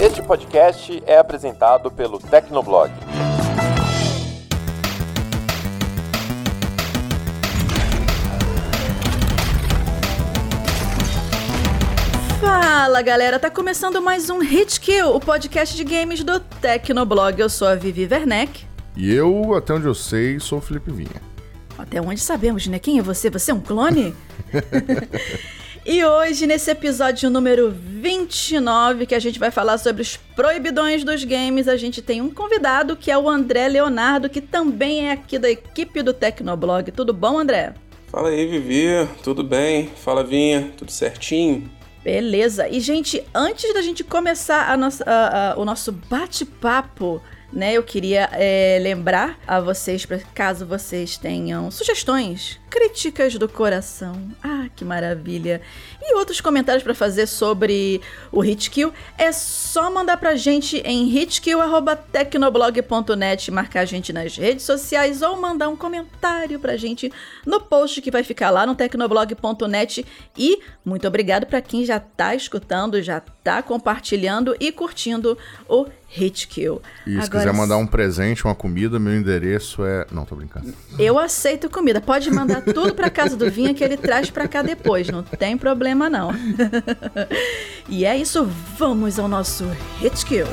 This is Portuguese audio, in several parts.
Este podcast é apresentado pelo Tecnoblog. Fala galera, tá começando mais um Hit Kill, o podcast de games do Tecnoblog. Eu sou a Vivi Werneck. E eu, até onde eu sei, sou o Felipe Vinha. Até onde sabemos, né? Quem é você? Você é um clone? E hoje, nesse episódio número 29, que a gente vai falar sobre os proibidões dos games, a gente tem um convidado que é o André Leonardo, que também é aqui da equipe do Tecnoblog. Tudo bom, André? Fala aí, Vivi. Tudo bem? Fala, Vinha. Tudo certinho? Beleza. E, gente, antes da gente começar o nosso bate-papo, né, eu queria lembrar a vocês, caso vocês tenham sugestões, críticas do coração, que maravilha, e outros comentários para fazer sobre o Hitkill, é só mandar pra gente em hitkill@tecnoblog.net, marcar a gente nas redes sociais ou mandar um comentário pra gente no post que vai ficar lá no tecnoblog.net. E muito obrigado para quem já tá escutando, já tá compartilhando e curtindo o Hitkill. E se quiser mandar um presente, uma comida, meu endereço é... Não, tô brincando. Eu aceito comida. Pode mandar tudo pra casa do Vinha que ele traz pra cá depois. Não tem problema, não. E é isso. Vamos ao nosso Hitkill.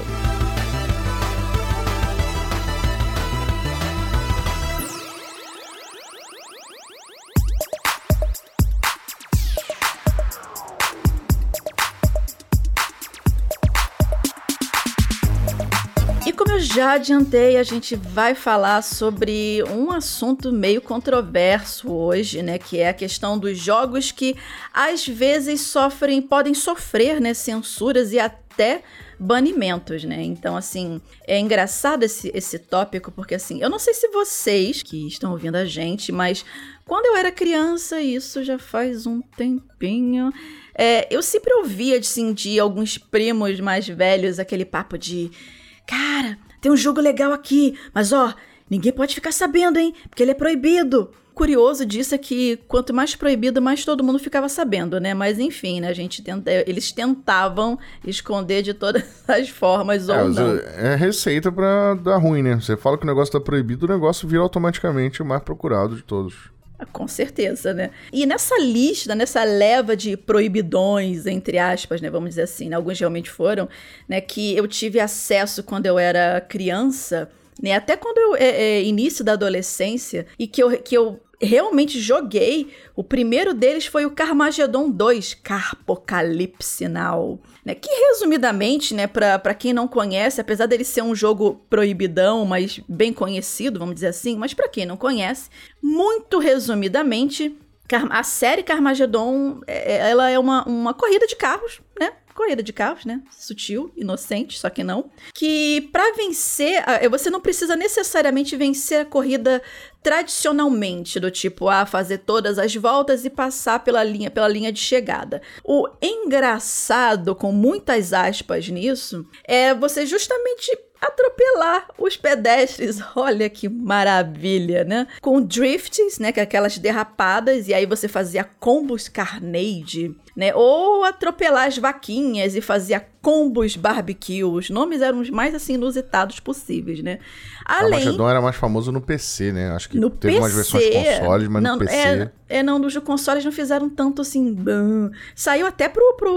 Já adiantei, a gente vai falar sobre um assunto meio controverso hoje, né, que é a questão dos jogos que às vezes podem sofrer, né, censuras e até banimentos, né? Então, assim, é engraçado esse tópico, porque, assim, eu não sei se vocês que estão ouvindo a gente, mas quando eu era criança, isso já faz um tempinho, eu sempre ouvia, assim, de alguns primos mais velhos, aquele papo de... Cara, tem um jogo legal aqui, mas ninguém pode ficar sabendo, hein? Porque ele é proibido. Curioso disso é que quanto mais proibido, mais todo mundo ficava sabendo, né? Mas enfim, né? Eles tentavam esconder de todas as formas ou não. É receita pra dar ruim, né? Você fala que o negócio tá proibido, o negócio vira automaticamente o mais procurado de todos. Com certeza, né? E nessa lista, nessa leva de proibidões, entre aspas, né? Vamos dizer assim, né? Alguns realmente foram, né? Que eu tive acesso quando eu era criança, né? Até quando início da adolescência, e que eu realmente joguei. O primeiro deles foi o Carmageddon 2, Carpocalipse Now, né? Que resumidamente, né, pra quem não conhece, apesar dele ser um jogo proibidão, mas bem conhecido, vamos dizer assim, mas pra quem não conhece, muito resumidamente, a série Carmageddon, ela é uma corrida de carros, né? Corrida de carros, né? Sutil, inocente, só que não. Que pra vencer, você não precisa necessariamente vencer a corrida tradicionalmente, do tipo, fazer todas as voltas e passar pela linha de chegada. O engraçado, com muitas aspas nisso, é você justamente atropelar os pedestres. Olha que maravilha, né? Com drifts, né? Que é aquelas derrapadas, e aí você fazia combos carnage, né? Ou atropelar as vaquinhas e fazia combos barbecue. Os nomes eram os mais, assim, inusitados possíveis, né? O Carmageddon era mais famoso no PC, né? Acho que no teve PC, umas versões consoles, mas no PC... Não, dos consoles não fizeram tanto assim... Saiu até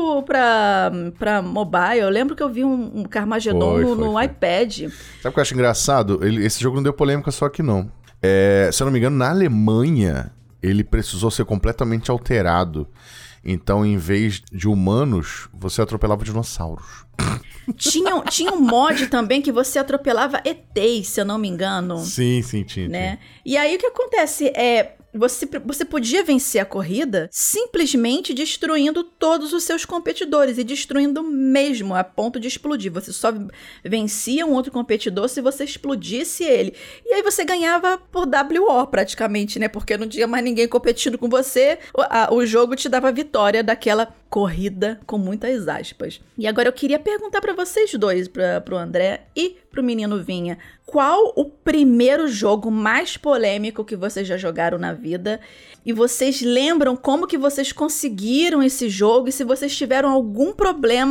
pra mobile. Eu lembro que eu vi um Carmageddon no iPad. Sabe o que eu acho engraçado? Esse jogo não deu polêmica só que não. Se eu não me engano, na Alemanha, ele precisou ser completamente alterado. Então, em vez de humanos, você atropelava dinossauros. Tinha um mod também que você atropelava ETs, se eu não me engano. Sim, tinha. Né? E aí o que acontece você podia vencer a corrida simplesmente destruindo todos os seus competidores, e destruindo mesmo, a ponto de explodir. Você só vencia um outro competidor se você explodisse ele. E aí você ganhava por WO praticamente, né? Porque não tinha mais ninguém competindo com você, o jogo te dava a vitória daquela corrida, com muitas aspas. E agora eu queria perguntar pra vocês dois, pro André e pro menino Vinha, qual o primeiro jogo mais polêmico que vocês já jogaram na vida? E vocês lembram como que vocês conseguiram esse jogo? E se vocês tiveram algum problema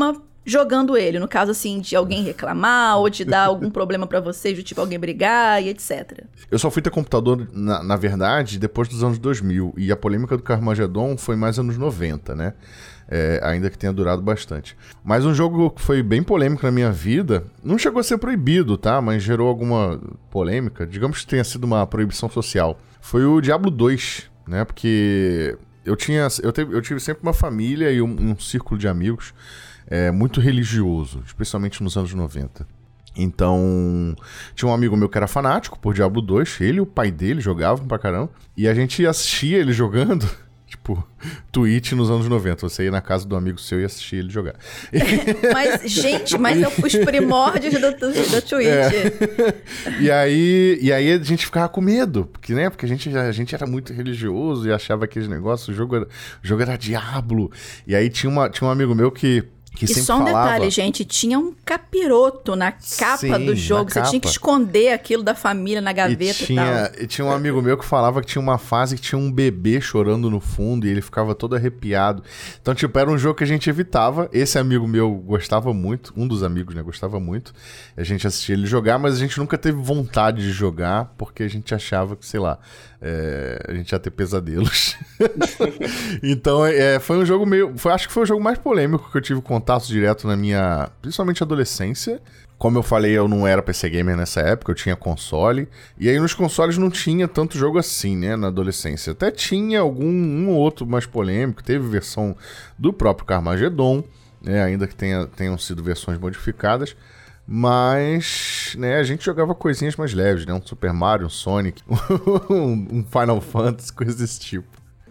jogando ele, no caso assim, de alguém reclamar ou de dar algum problema pra vocês, do tipo alguém brigar e etc. Eu só fui ter computador, na verdade, depois dos anos 2000, e a polêmica do Carmageddon foi mais anos 90, né? Ainda que tenha durado bastante. Mas um jogo que foi bem polêmico na minha vida, não chegou a ser proibido, tá? Mas gerou alguma polêmica, digamos que tenha sido uma proibição social. Foi o Diablo 2, né? Porque eu tive sempre uma família e um círculo de amigos muito religioso, especialmente nos anos 90. Então, tinha um amigo meu que era fanático por Diablo 2, ele e o pai dele jogavam pra caramba, e a gente assistia ele jogando, tipo, Twitch nos anos 90. Você ia na casa do amigo seu e assistia ele jogar. Mas os primórdios do Twitch. E aí a gente ficava com medo, porque a gente era muito religioso e achava aqueles negócios, o jogo era Diablo. E aí tinha um amigo meu que sempre só um falava... detalhe, gente, tinha um capiroto na capa do jogo, você tinha que esconder aquilo da família na gaveta e tal. E tinha um amigo meu que falava que tinha uma fase que tinha um bebê chorando no fundo e ele ficava todo arrepiado. Então, tipo, era um jogo que a gente evitava. Esse amigo meu gostava muito, um dos amigos, né, gostava muito. A gente assistia ele jogar, mas a gente nunca teve vontade de jogar porque a gente achava que, sei lá, a gente ia ter pesadelos. Então, foi um jogo acho que foi o jogo mais polêmico que eu tive contato direto na minha, principalmente adolescência. Como eu falei, eu não era PC gamer nessa época, eu tinha console. E aí nos consoles não tinha tanto jogo assim, né, na adolescência. Até tinha um ou outro mais polêmico, teve versão do próprio Carmageddon, né, ainda que tenham sido versões modificadas. Mas, né, a gente jogava coisinhas mais leves, né, um Super Mario, um Sonic, um Final Fantasy, coisas desse tipo.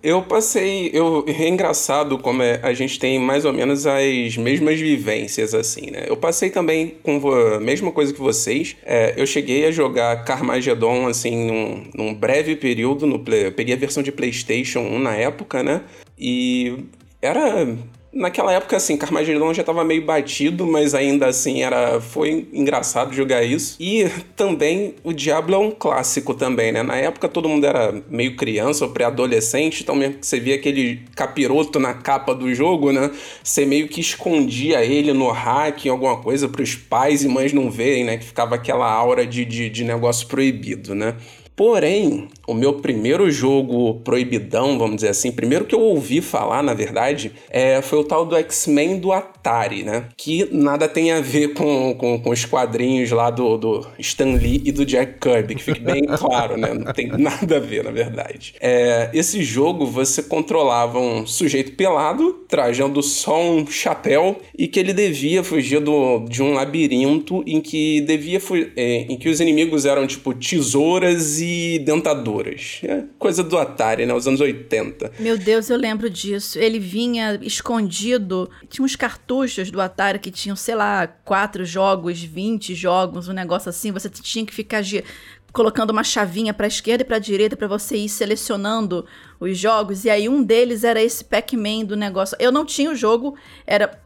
É engraçado como a gente tem mais ou menos as mesmas vivências, assim, né? Eu passei também com a mesma coisa que vocês. Eu cheguei a jogar Carmageddon, assim, num breve período. Eu peguei a versão de PlayStation 1 na época, né? E naquela época, assim, Carmageddon já tava meio batido, mas ainda assim foi engraçado jogar isso. E também o Diablo é um clássico também, né? Na época todo mundo era meio criança ou pré-adolescente, então mesmo que você via aquele capiroto na capa do jogo, né? Você meio que escondia ele no hack, em alguma coisa, pros pais e mães não verem, né? Que ficava aquela aura de negócio proibido, né? Porém, o meu primeiro jogo proibidão, vamos dizer assim, primeiro que eu ouvi falar, na verdade, foi o tal do X-Men do Atari, né? Que nada tem a ver com os quadrinhos lá do Stan Lee e do Jack Kirby, que fique bem claro, né? Não tem nada a ver, na verdade. Esse jogo, você controlava um sujeito pelado, trajando só um chapéu, e que ele devia fugir de um labirinto em que os inimigos eram, tipo, tesouras e dentadoras. Coisa do Atari, né? Os anos 80. Meu Deus, eu lembro disso. Ele vinha escondido. Tinha uns cartuchos do Atari que tinham, sei lá, 4 jogos, 20 jogos, um negócio assim. Você tinha que ficar colocando uma chavinha pra esquerda e pra direita pra você ir selecionando os jogos. E aí um deles era esse Pac-Man do negócio. Eu não tinha o jogo, era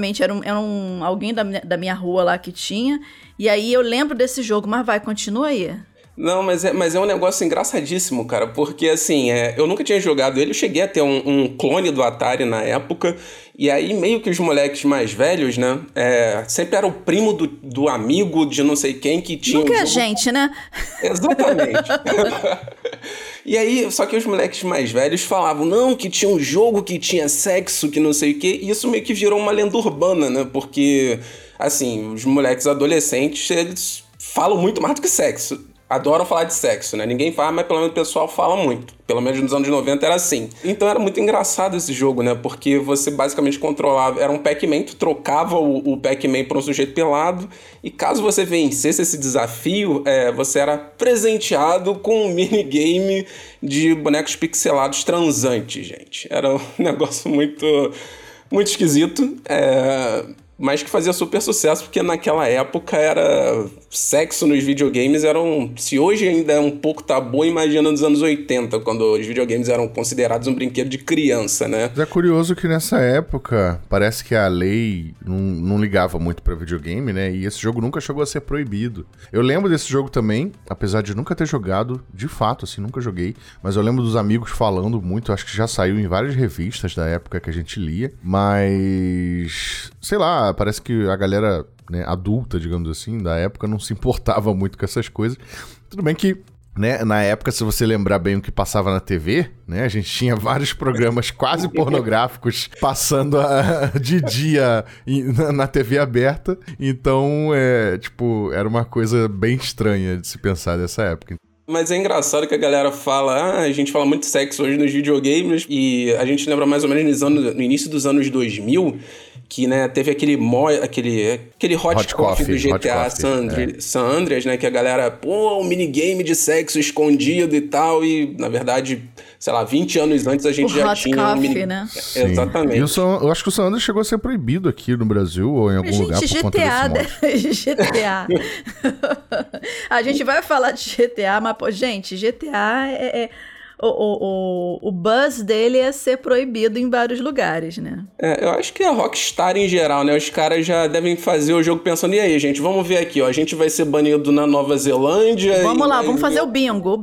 alguém da minha rua lá que tinha. E aí eu lembro desse jogo, mas continua aí. Não, mas é um negócio engraçadíssimo, cara, porque assim, eu nunca tinha jogado ele, eu cheguei a ter um clone do Atari na época, e aí meio que os moleques mais velhos, né, sempre era o primo do amigo de não sei quem que tinha nunca é gente, né? Exatamente. E aí, só que os moleques mais velhos falavam, não, que tinha um jogo que tinha sexo, que não sei o quê, e isso meio que virou uma lenda urbana, né, porque, assim, os moleques adolescentes, eles falam muito mais do que sexo. Adoram falar de sexo, né? Ninguém fala, mas pelo menos o pessoal fala muito. Pelo menos nos anos 90 era assim. Então era muito engraçado esse jogo, né? Porque você basicamente controlava... Era um Pac-Man, tu trocava o Pac-Man por um sujeito pelado. E caso você vencesse esse desafio, você era presenteado com um minigame de bonecos pixelados transantes, gente. Era um negócio muito, muito esquisito. Mas que fazia super sucesso, porque naquela época sexo nos videogames se hoje ainda é um pouco tabu, imagina nos anos 80, quando os videogames eram considerados um brinquedo de criança, né? Mas é curioso que nessa época, parece que a lei não ligava muito pra videogame, né? E esse jogo nunca chegou a ser proibido. Eu lembro desse jogo também, apesar de nunca ter jogado, de fato, assim, nunca joguei, mas eu lembro dos amigos falando muito, acho que já saiu em várias revistas da época que a gente lia, mas, sei lá, lá, parece que a galera, né, adulta, digamos assim, da época não se importava muito com essas coisas. Tudo bem que, né, na época, se você lembrar bem o que passava na TV, né, a gente tinha vários programas quase pornográficos passando de dia na TV aberta. Então, era uma coisa bem estranha de se pensar dessa época. Mas é engraçado que a galera fala, a gente fala muito de sexo hoje nos videogames, e a gente lembra mais ou menos no início dos anos 2000, que, né, teve aquele hot coffee do GTA San Andreas, né, que a galera, um minigame de sexo escondido e tal, e, na verdade, sei lá, 20 anos antes a gente já tinha hot coffee, né? Exatamente. E eu acho que o San Andreas chegou a ser proibido aqui no Brasil, ou em algum lugar por conta desse mod. GTA. A gente vai falar de GTA, mas, pô, gente, GTA o buzz dele é ser proibido em vários lugares, né? Eu acho que a Rockstar em geral, né? Os caras já devem fazer o jogo pensando, e aí, gente, vamos ver aqui, ó, a gente vai ser banido na Nova Zelândia... Vamos lá, vamos fazer o bingo.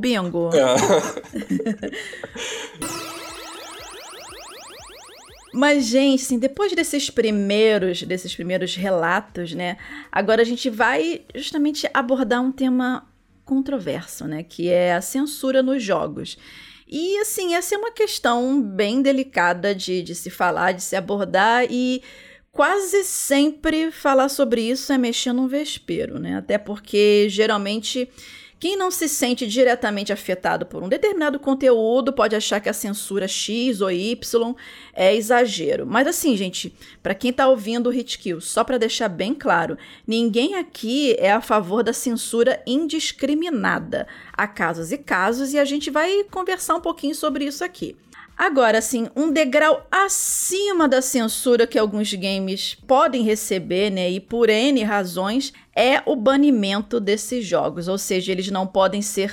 Mas, gente, assim, depois desses primeiros relatos, né? Agora a gente vai justamente abordar um tema controverso, né? Que é a censura nos jogos. E, assim, essa é uma questão bem delicada de se falar, de se abordar, e quase sempre falar sobre isso é mexer num vespeiro, né? Até porque, geralmente, quem não se sente diretamente afetado por um determinado conteúdo pode achar que a censura X ou Y é exagero. Mas assim, gente, para quem tá ouvindo o Hitkill, só para deixar bem claro, ninguém aqui é a favor da censura indiscriminada. Há casos e casos, e a gente vai conversar um pouquinho sobre isso aqui. Agora, assim, um degrau acima da censura que alguns games podem receber, né, e por N razões, é o banimento desses jogos. Ou seja, eles não podem ser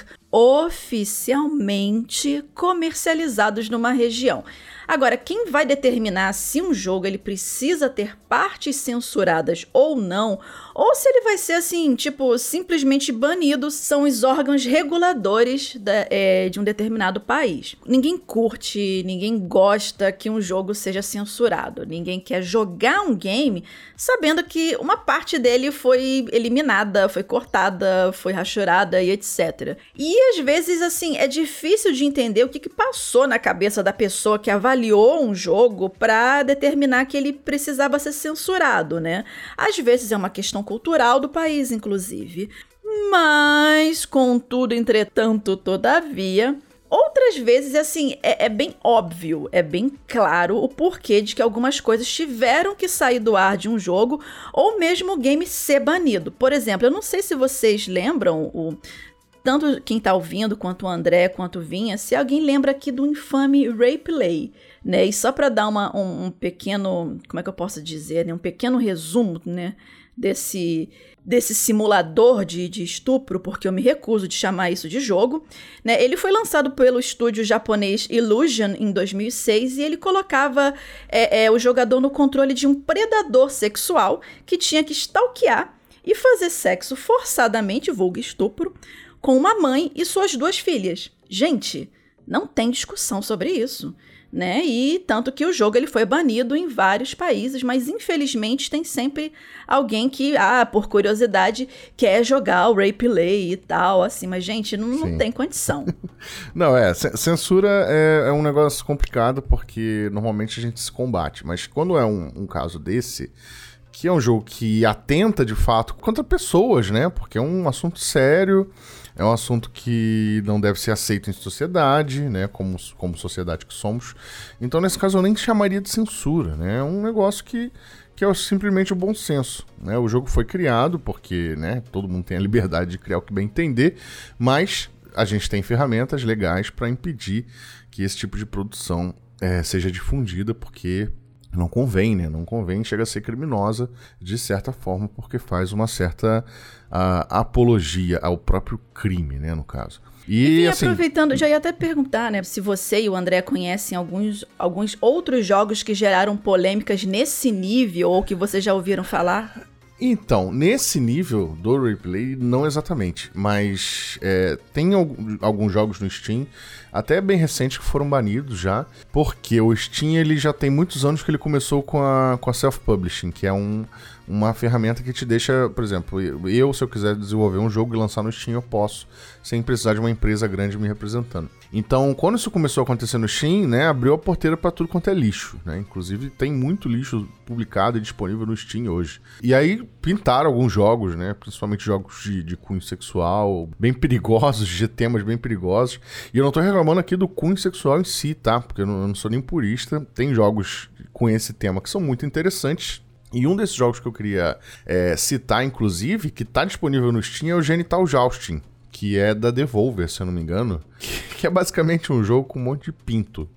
oficialmente comercializados numa região. Agora, quem vai determinar se um jogo ele precisa ter partes censuradas ou não, ou se ele vai ser assim, tipo, simplesmente banido, são os órgãos reguladores de um determinado país. Ninguém curte, ninguém gosta que um jogo seja censurado. Ninguém quer jogar um game sabendo que uma parte dele foi eliminada, foi cortada, foi rachurada e etc. E às vezes, assim, é difícil de entender o que passou na cabeça da pessoa que avaliou um jogo para determinar que ele precisava ser censurado, né? Às vezes é uma questão cultural do país, inclusive. Mas, contudo, entretanto, todavia, outras vezes, assim, é bem óbvio, é bem claro o porquê de que algumas coisas tiveram que sair do ar de um jogo ou mesmo o game ser banido. Por exemplo, eu não sei se vocês lembram, tanto quem tá ouvindo, quanto o André, quanto o Vinha, se alguém lembra aqui do infame Replay, né? E só para dar um pequeno, como é que eu posso dizer, né? Um pequeno resumo, né? Desse simulador de estupro, porque eu me recuso de chamar isso de jogo, né? Ele foi lançado pelo estúdio japonês Illusion em 2006 e ele colocava o jogador no controle de um predador sexual que tinha que stalkear e fazer sexo forçadamente, vulgo estupro, com uma mãe e suas 2 filhas. Gente, não tem discussão sobre isso, né? E tanto que o jogo ele foi banido em vários países, mas infelizmente tem sempre alguém que, por curiosidade, quer jogar o Replay e tal, assim, mas gente, não tem condição. Não, censura é um negócio complicado porque normalmente a gente se combate, mas quando é um caso desse, que é um jogo que atenta de fato contra pessoas, né? Porque é um assunto sério, é um assunto que não deve ser aceito em sociedade, né? Como sociedade que somos. Então, nesse caso, eu nem chamaria de censura, né? É um negócio que é simplesmente o bom senso, né? O jogo foi criado porque, né, todo mundo tem a liberdade de criar o que bem entender, mas a gente tem ferramentas legais para impedir que esse tipo de produção seja difundida, porque não convém, né? Não convém, chega a ser criminosa de certa forma, porque faz uma certa apologia ao próprio crime, né, no caso. E assim, aproveitando, já ia até perguntar, né, se você e o André conhecem alguns outros jogos que geraram polêmicas nesse nível, ou que vocês já ouviram falar? Então, nesse nível do replay, não exatamente, mas tem alguns jogos no Steam, até bem recentes, que foram banidos já, porque o Steam ele já tem muitos anos que ele começou com a self-publishing, que é uma ferramenta que te deixa, por exemplo, se eu quiser desenvolver um jogo e lançar no Steam, eu posso, sem precisar de uma empresa grande me representando. Então, quando isso começou a acontecer no Steam, né, abriu a porteira para tudo quanto é lixo, né? Inclusive, tem muito lixo publicado e disponível no Steam hoje. E aí, pintaram alguns jogos, né, principalmente jogos de cunho sexual, bem perigosos, de temas bem perigosos. E eu não tô reclamando aqui do cunho sexual em si, tá? Porque eu não sou nem purista. Tem jogos com esse tema que são muito interessantes. E um desses jogos que eu queria citar, inclusive, que tá disponível no Steam, é o Genital Jousting, que é da Devolver, se eu não me engano, que é basicamente um jogo com um monte de pinto.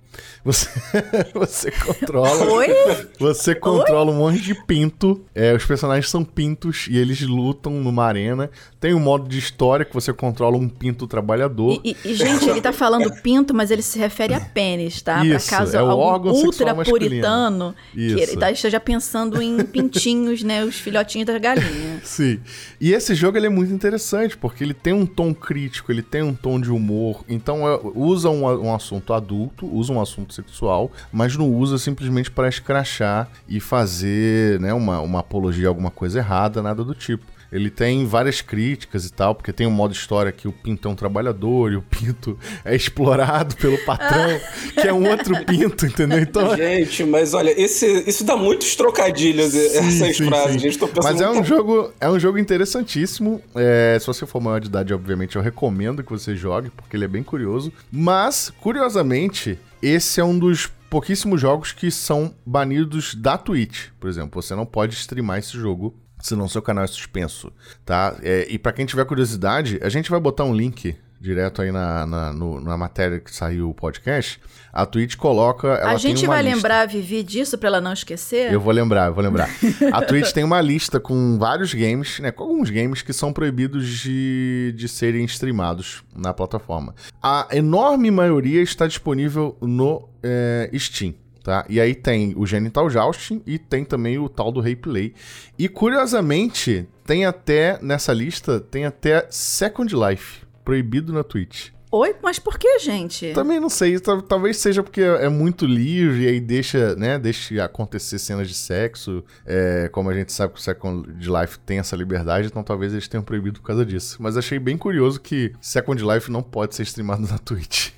Você controla. Oi? Você controla um monte de pinto. Os personagens são pintos e eles lutam numa arena. Tem um modo de história que você controla um pinto trabalhador. E gente, ele tá falando pinto, mas ele se refere a pênis, tá? Isso, pra caso é o algum órgão sexual ultra-puritano que Isso. esteja pensando em pintinhos, né? Os filhotinhos das galinhas. Sim. E esse jogo ele é muito interessante, porque ele tem um tom crítico, ele tem um tom de humor. Então usa um assunto adulto, usa um assunto sexual, mas não usa simplesmente para escrachar e fazer, né, uma apologia a alguma coisa errada, nada do tipo. Ele tem várias críticas e tal, porque tem um modo história que o pinto é um trabalhador e o pinto é explorado pelo patrão, que é um outro pinto, entendeu? Então, gente, mas olha, isso dá muitos trocadilhos, essas frases. Sim. Gente, tô pensando mas é um jogo interessantíssimo. Se você for maior de idade, obviamente, eu recomendo que você jogue, porque ele é bem curioso. Mas, curiosamente, esse é um dos pouquíssimos jogos que são banidos da Twitch, por exemplo. Você não pode streamar esse jogo, senão seu canal é suspenso, tá? E pra quem tiver curiosidade, a gente vai botar um link direto aí na matéria que saiu o podcast. A Twitch coloca... A gente vai lembrar a Vivi disso pra ela não esquecer? Eu vou lembrar. A Twitch tem uma lista com vários games, né? Com alguns games que são proibidos de serem streamados na plataforma. A enorme maioria está disponível no Steam. Tá? E aí tem o Genital Jousting e tem também o tal do Replay. E curiosamente, nessa lista, tem até Second Life, proibido na Twitch. Oi? Mas por que, gente? Também não sei, talvez seja porque é muito livre e aí deixa acontecer cenas de sexo, como a gente sabe que o Second Life tem essa liberdade, então talvez eles tenham proibido por causa disso. Mas achei bem curioso que Second Life não pode ser streamado na Twitch.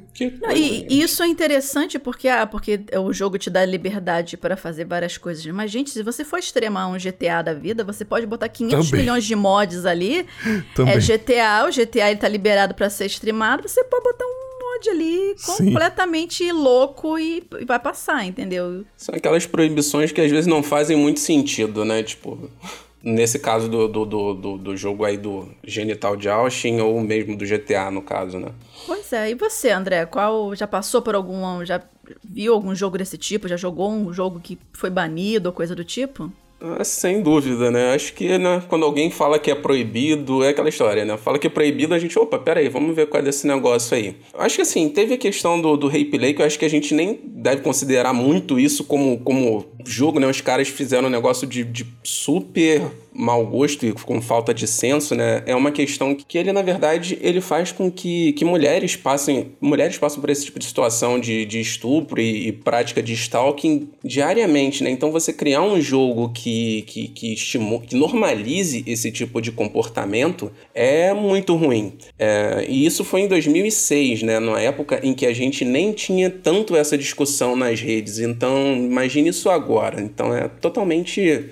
E isso é interessante porque o jogo te dá liberdade para fazer várias coisas. Mas, gente, se você for extremar um GTA da vida, você pode botar 500 milhões de mods ali. Também. O GTA ele tá liberado para ser streamado. Você pode botar um mod ali completamente louco e vai passar, entendeu? São aquelas proibições que às vezes não fazem muito sentido, né? Tipo, nesse caso do jogo aí do Genital Jousting ou mesmo do GTA, no caso, né? Pois é. E você, André? Já passou por já viu algum jogo desse tipo? Já jogou um jogo que foi banido ou coisa do tipo? Sem dúvida, né? Acho que, né, quando alguém fala que é proibido, é aquela história, né? Fala que é proibido, a gente, peraí, vamos ver qual é desse negócio aí. Acho que assim, teve a questão do Replay, que eu acho que a gente nem deve considerar muito isso como jogo, né? Os caras fizeram um negócio de super mau gosto e com falta de senso, né? É uma questão que ele, na verdade, ele faz com que mulheres passem por esse tipo de situação de estupro e prática de stalking diariamente, né? Então você criar um jogo que normalize esse tipo de comportamento é muito ruim. E isso foi em 2006, né? Numa época em que a gente nem tinha tanto essa discussão nas redes. Então, imagine isso agora. Então, é totalmente...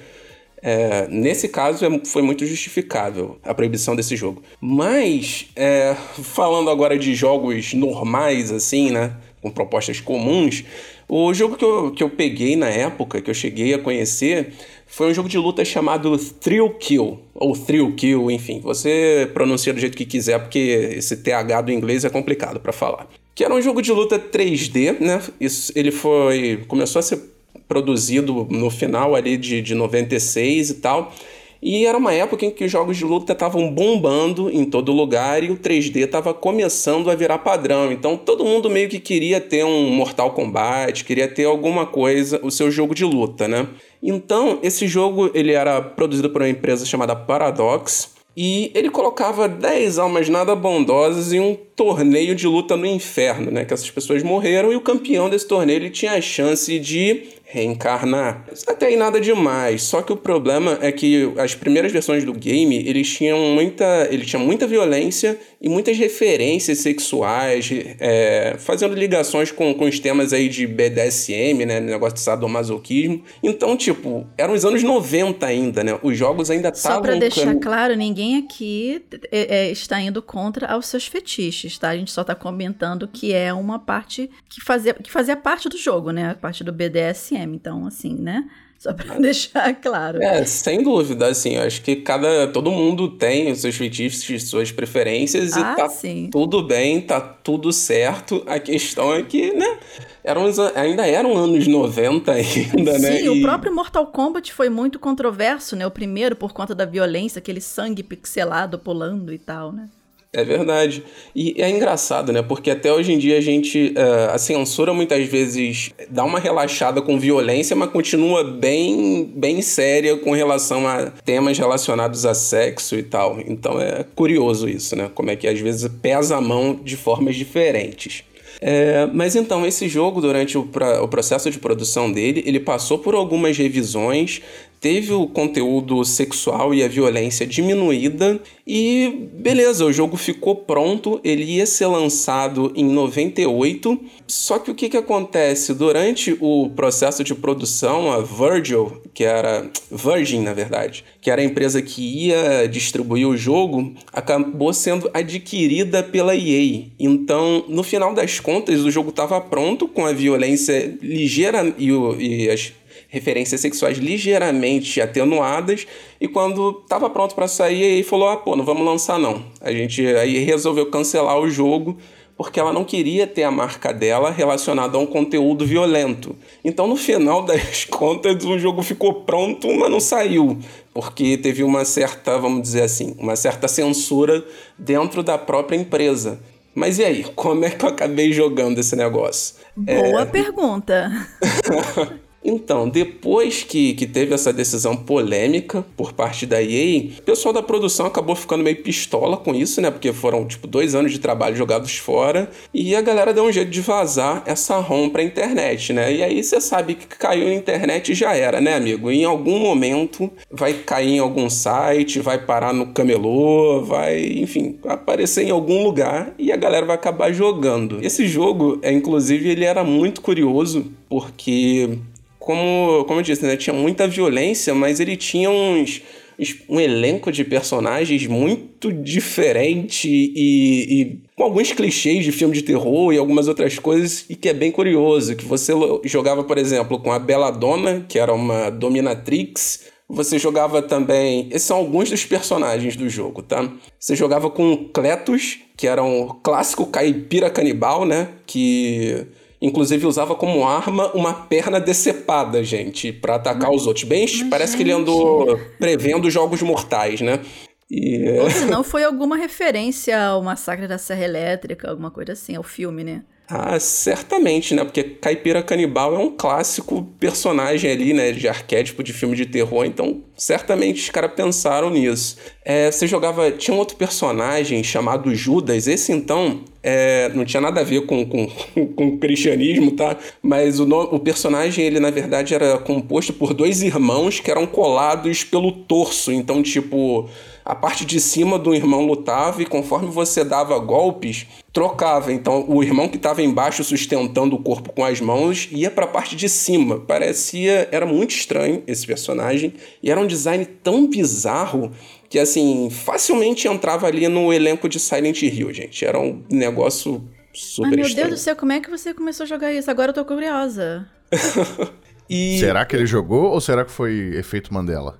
nesse caso foi muito justificável a proibição desse jogo. Mas, falando agora de jogos normais, assim, né, com propostas comuns, o jogo que eu peguei na época, que eu cheguei a conhecer, foi um jogo de luta chamado Thrill Kill, ou Thrill Kill, enfim, você pronuncia do jeito que quiser, porque esse TH do inglês é complicado para falar. Que era um jogo de luta 3D, né, ele começou a ser produzido no final ali de 96 e tal, e era uma época em que os jogos de luta estavam bombando em todo lugar e o 3D estava começando a virar padrão, então todo mundo meio que queria ter um Mortal Kombat, queria ter alguma coisa, o seu jogo de luta, né? Então, esse jogo ele era produzido por uma empresa chamada Paradox, e ele colocava 10 almas nada bondosas em um torneio de luta no inferno, né? Que essas pessoas morreram e o campeão desse torneio ele tinha a chance de reencarnar. Até aí nada demais, só que o problema é que as primeiras versões do game, ele tinha muita violência e muitas referências sexuais, fazendo ligações com os temas aí de BDSM, né, negócio de sadomasoquismo. Então, tipo, eram os anos 90 ainda, né, os jogos ainda estavam... Só pra deixar claro, ninguém aqui está indo contra aos seus fetiches, tá? A gente só tá comentando que é uma parte que fazia parte do jogo, né, a parte do BDSM. Então, assim, né? Só pra deixar claro. Sem dúvida, assim, acho que todo mundo tem os seus fetiches, suas preferências e tá sim. Tudo bem, tá tudo certo. A questão é que, né, ainda eram anos 90 ainda, né? Sim, o próprio Mortal Kombat foi muito controverso, né? O primeiro por conta da violência, aquele sangue pixelado pulando e tal, né? É verdade. E é engraçado, né? Porque até hoje em dia a censura muitas vezes dá uma relaxada com violência, mas continua bem, bem séria com relação a temas relacionados a sexo e tal. Então é curioso isso, né? Como é que às vezes pesa a mão de formas diferentes. Mas então, esse jogo, durante o processo de produção dele, ele passou por algumas revisões, teve o conteúdo sexual e a violência diminuída e beleza, o jogo ficou pronto, ele ia ser lançado em 98, só que o que acontece? Durante o processo de produção, a Virgin, na verdade, que era a empresa que ia distribuir o jogo, acabou sendo adquirida pela EA. Então, no final das contas, o jogo estava pronto, com a violência ligeira e as referências sexuais ligeiramente atenuadas, e quando estava pronto para sair, aí falou, não vamos lançar não. A gente aí resolveu cancelar o jogo, porque ela não queria ter a marca dela relacionada a um conteúdo violento. Então, no final das contas, o jogo ficou pronto, mas não saiu, porque teve uma certa, vamos dizer assim, uma certa censura dentro da própria empresa. Mas e aí, como é que eu acabei jogando esse negócio? Boa pergunta. Então, depois que teve essa decisão polêmica por parte da EA, o pessoal da produção acabou ficando meio pistola com isso, né? Porque foram, 2 anos de trabalho jogados fora, e a galera deu um jeito de vazar essa ROM pra internet, né? E aí você sabe que caiu na internet e já era, né, amigo? Em algum momento vai cair em algum site, vai parar no camelô, vai, enfim, aparecer em algum lugar e a galera vai acabar jogando. Esse jogo, inclusive, ele era muito curioso, porque... Como eu disse, né, tinha muita violência, mas ele tinha um elenco de personagens muito diferente e com alguns clichês de filme de terror e algumas outras coisas, e que é bem curioso, que você jogava, por exemplo, com a Belladonna, que era uma dominatrix. Você jogava também... Esses são alguns dos personagens do jogo, tá? Você jogava com o Cletus, que era um clássico caipira canibal, né? Que... inclusive usava como arma uma perna decepada, gente, pra atacar os outros. Parece que ele andou prevendo jogos mortais, né? Ou se não, foi alguma referência ao Massacre da Serra Elétrica, alguma coisa assim, ao filme, né? Certamente, né? Porque Caipira Canibal é um clássico personagem ali, né? De arquétipo de filme de terror. Então, certamente os caras pensaram nisso. Você jogava... Tinha um outro personagem chamado Judas. Esse, então, não tinha nada a ver com o cristianismo, tá? Mas o personagem, ele, na verdade, era composto por 2 irmãos que eram colados pelo torso. Então, a parte de cima do irmão lutava e conforme você dava golpes, trocava. Então, o irmão que estava embaixo sustentando o corpo com as mãos ia para a parte de cima. Era muito estranho esse personagem. E era um design tão bizarro que, assim, facilmente entrava ali no elenco de Silent Hill, gente. Era um negócio super estranho. Meu Deus do céu, como é que você começou a jogar isso? Agora eu tô curiosa. Será que ele jogou ou será que foi efeito Mandela?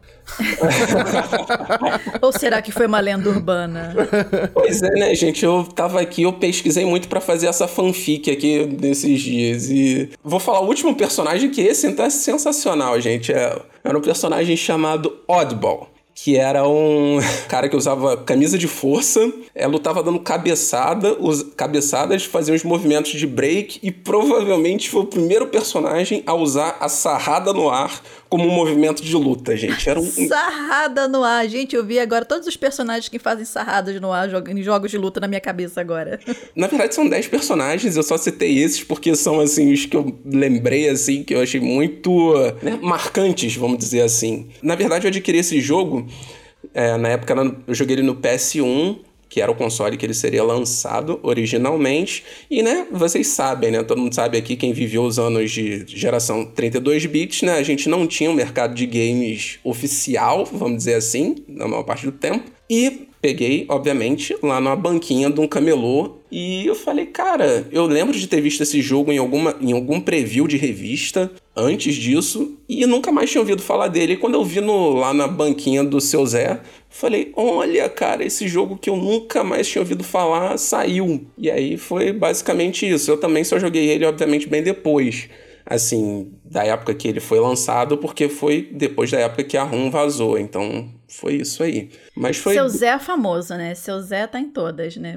Ou será que foi uma lenda urbana? Pois é, né, gente? Eu tava aqui, eu pesquisei muito pra fazer essa fanfic aqui nesses dias. E vou falar o último personagem, que esse então é sensacional, gente. Era um personagem chamado Oddball, que era um cara que usava camisa de força, lutava dando cabeçadas, fazia uns movimentos de break e provavelmente foi o primeiro personagem a usar a sarrada no ar como um movimento de luta, gente. Era Sarrada no ar. Gente, eu vi agora todos os personagens que fazem sarradas no ar em jogos de luta na minha cabeça agora. Na verdade, são 10 personagens, eu só citei esses porque são, assim, os que eu lembrei, assim, que eu achei muito marcantes, vamos dizer assim. Na verdade, eu adquiri esse jogo, na época eu joguei ele no PS1, que era o console que ele seria lançado originalmente. E, né, vocês sabem, né, todo mundo sabe aqui, quem viveu os anos de geração 32 bits, né, a gente não tinha um mercado de games oficial, vamos dizer assim, na maior parte do tempo. E peguei, obviamente, lá numa banquinha de um camelô e eu falei, cara, eu lembro de ter visto esse jogo em algum preview de revista antes disso e nunca mais tinha ouvido falar dele. E quando eu vi lá na banquinha do Seu Zé, falei, olha, cara, esse jogo que eu nunca mais tinha ouvido falar saiu. E aí foi basicamente isso. Eu também só joguei ele, obviamente, bem depois, assim, da época que ele foi lançado, porque foi depois da época que a ROM vazou, então foi isso aí. Mas foi... Seu Zé é famoso, né? Seu Zé tá em todas, né?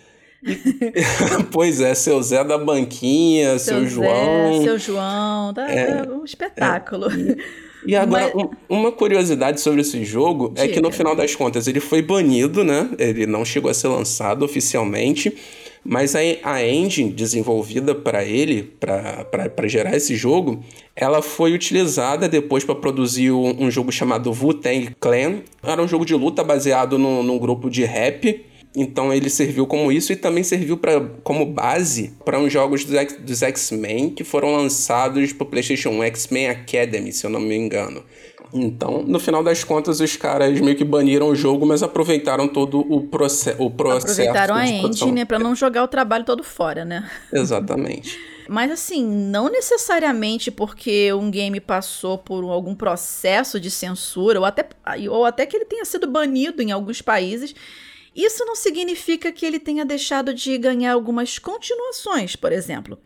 Pois é, Seu Zé da banquinha, Seu João... Seu João, tá um espetáculo. E agora, uma curiosidade sobre esse jogo é que no final das contas ele foi banido, né? Ele não chegou a ser lançado oficialmente, mas a engine desenvolvida para ele, para gerar esse jogo, ela foi utilizada depois para produzir um jogo chamado Wu-Tang Clan. Era um jogo de luta baseado num grupo de rap. Então ele serviu como isso e também serviu como base para uns jogos dos X-Men que foram lançados para o PlayStation 1, X-Men Academy, se eu não me engano. Então, no final das contas, os caras meio que baniram o jogo, mas aproveitaram todo o processo. Aproveitaram a engine, né, para não jogar o trabalho todo fora, né? Exatamente. Mas assim, não necessariamente porque um game passou por algum processo de censura, ou até que ele tenha sido banido em alguns países, isso não significa que ele tenha deixado de ganhar algumas continuações, por exemplo.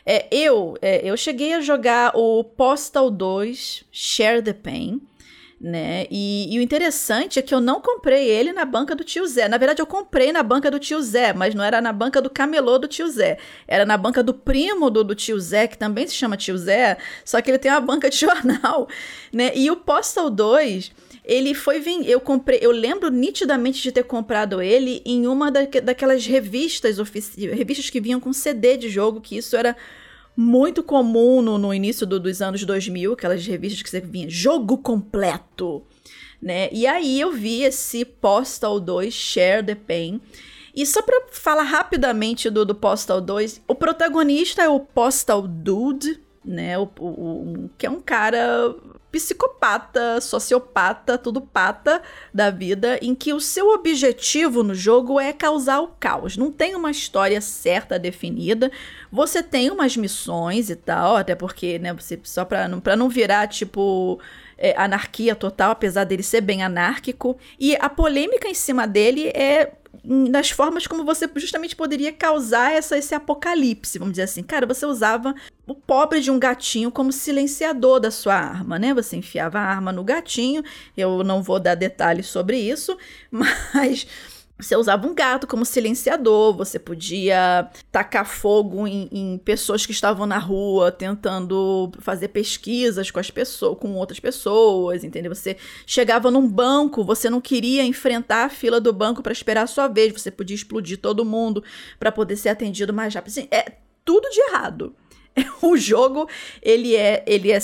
Eu cheguei a jogar o Postal 2 Share the Pain, né? E o interessante é que eu não comprei ele na banca do tio Zé. Na verdade, eu comprei na banca do tio Zé, mas não era na banca do camelô do tio Zé. Era na banca do primo do tio Zé, que também se chama tio Zé, só que ele tem uma banca de jornal, né? E o Postal 2... ele foi eu lembro nitidamente de ter comprado ele em uma daquelas revistas que vinham com CD de jogo, que isso era muito comum no início dos anos 2000, aquelas revistas que você vinha jogo completo, né? E aí eu vi esse Postal 2 Share the Pain. E só pra falar rapidamente do Postal 2, o protagonista é o Postal Dude, né? Que é um cara psicopata, sociopata, tudo pata da vida, em que o seu objetivo no jogo é causar o caos. Não tem uma história certa, definida. Você tem umas missões e tal, até porque, né, você, só pra não virar, tipo, anarquia total, apesar dele ser bem anárquico. E a polêmica em cima dele é nas formas como você justamente poderia causar esse apocalipse, vamos dizer assim. Cara, você usava o pobre de um gatinho como silenciador da sua arma, né? Você enfiava a arma no gatinho, eu não vou dar detalhes sobre isso, mas você usava um gato como silenciador, você podia tacar fogo em pessoas que estavam na rua tentando fazer pesquisas com outras pessoas, entendeu? Você chegava num banco, você não queria enfrentar a fila do banco para esperar a sua vez, você podia explodir todo mundo para poder ser atendido mais rápido. Assim, é tudo de errado. O jogo, ele é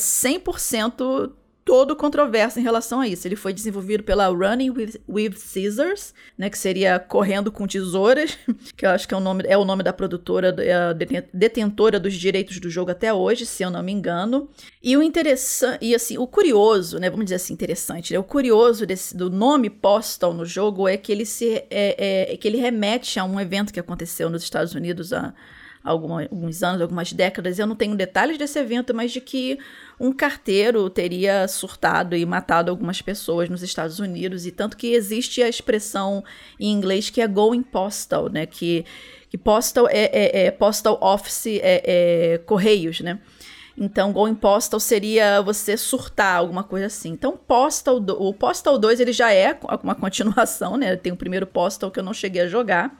100% todo controverso em relação a isso. Ele foi desenvolvido pela Running with Scissors, né, que seria Correndo com Tesouras, que eu acho que é o nome da produtora, detentora dos direitos do jogo até hoje, se eu não me engano. E o interessante, e assim, o curioso, né, vamos dizer assim, interessante, né, o curioso do nome Postal no jogo é que ele que ele remete a um evento que aconteceu nos Estados Unidos há alguns anos, algumas décadas. Eu não tenho detalhes desse evento, mas de que um carteiro teria surtado e matado algumas pessoas nos Estados Unidos, e tanto que existe a expressão em inglês que é going postal, né, que postal postal office correios, né. Então, Going Postal seria você surtar, alguma coisa assim. Então, o Postal 2, ele já é uma continuação, né? Tem o primeiro Postal que eu não cheguei a jogar.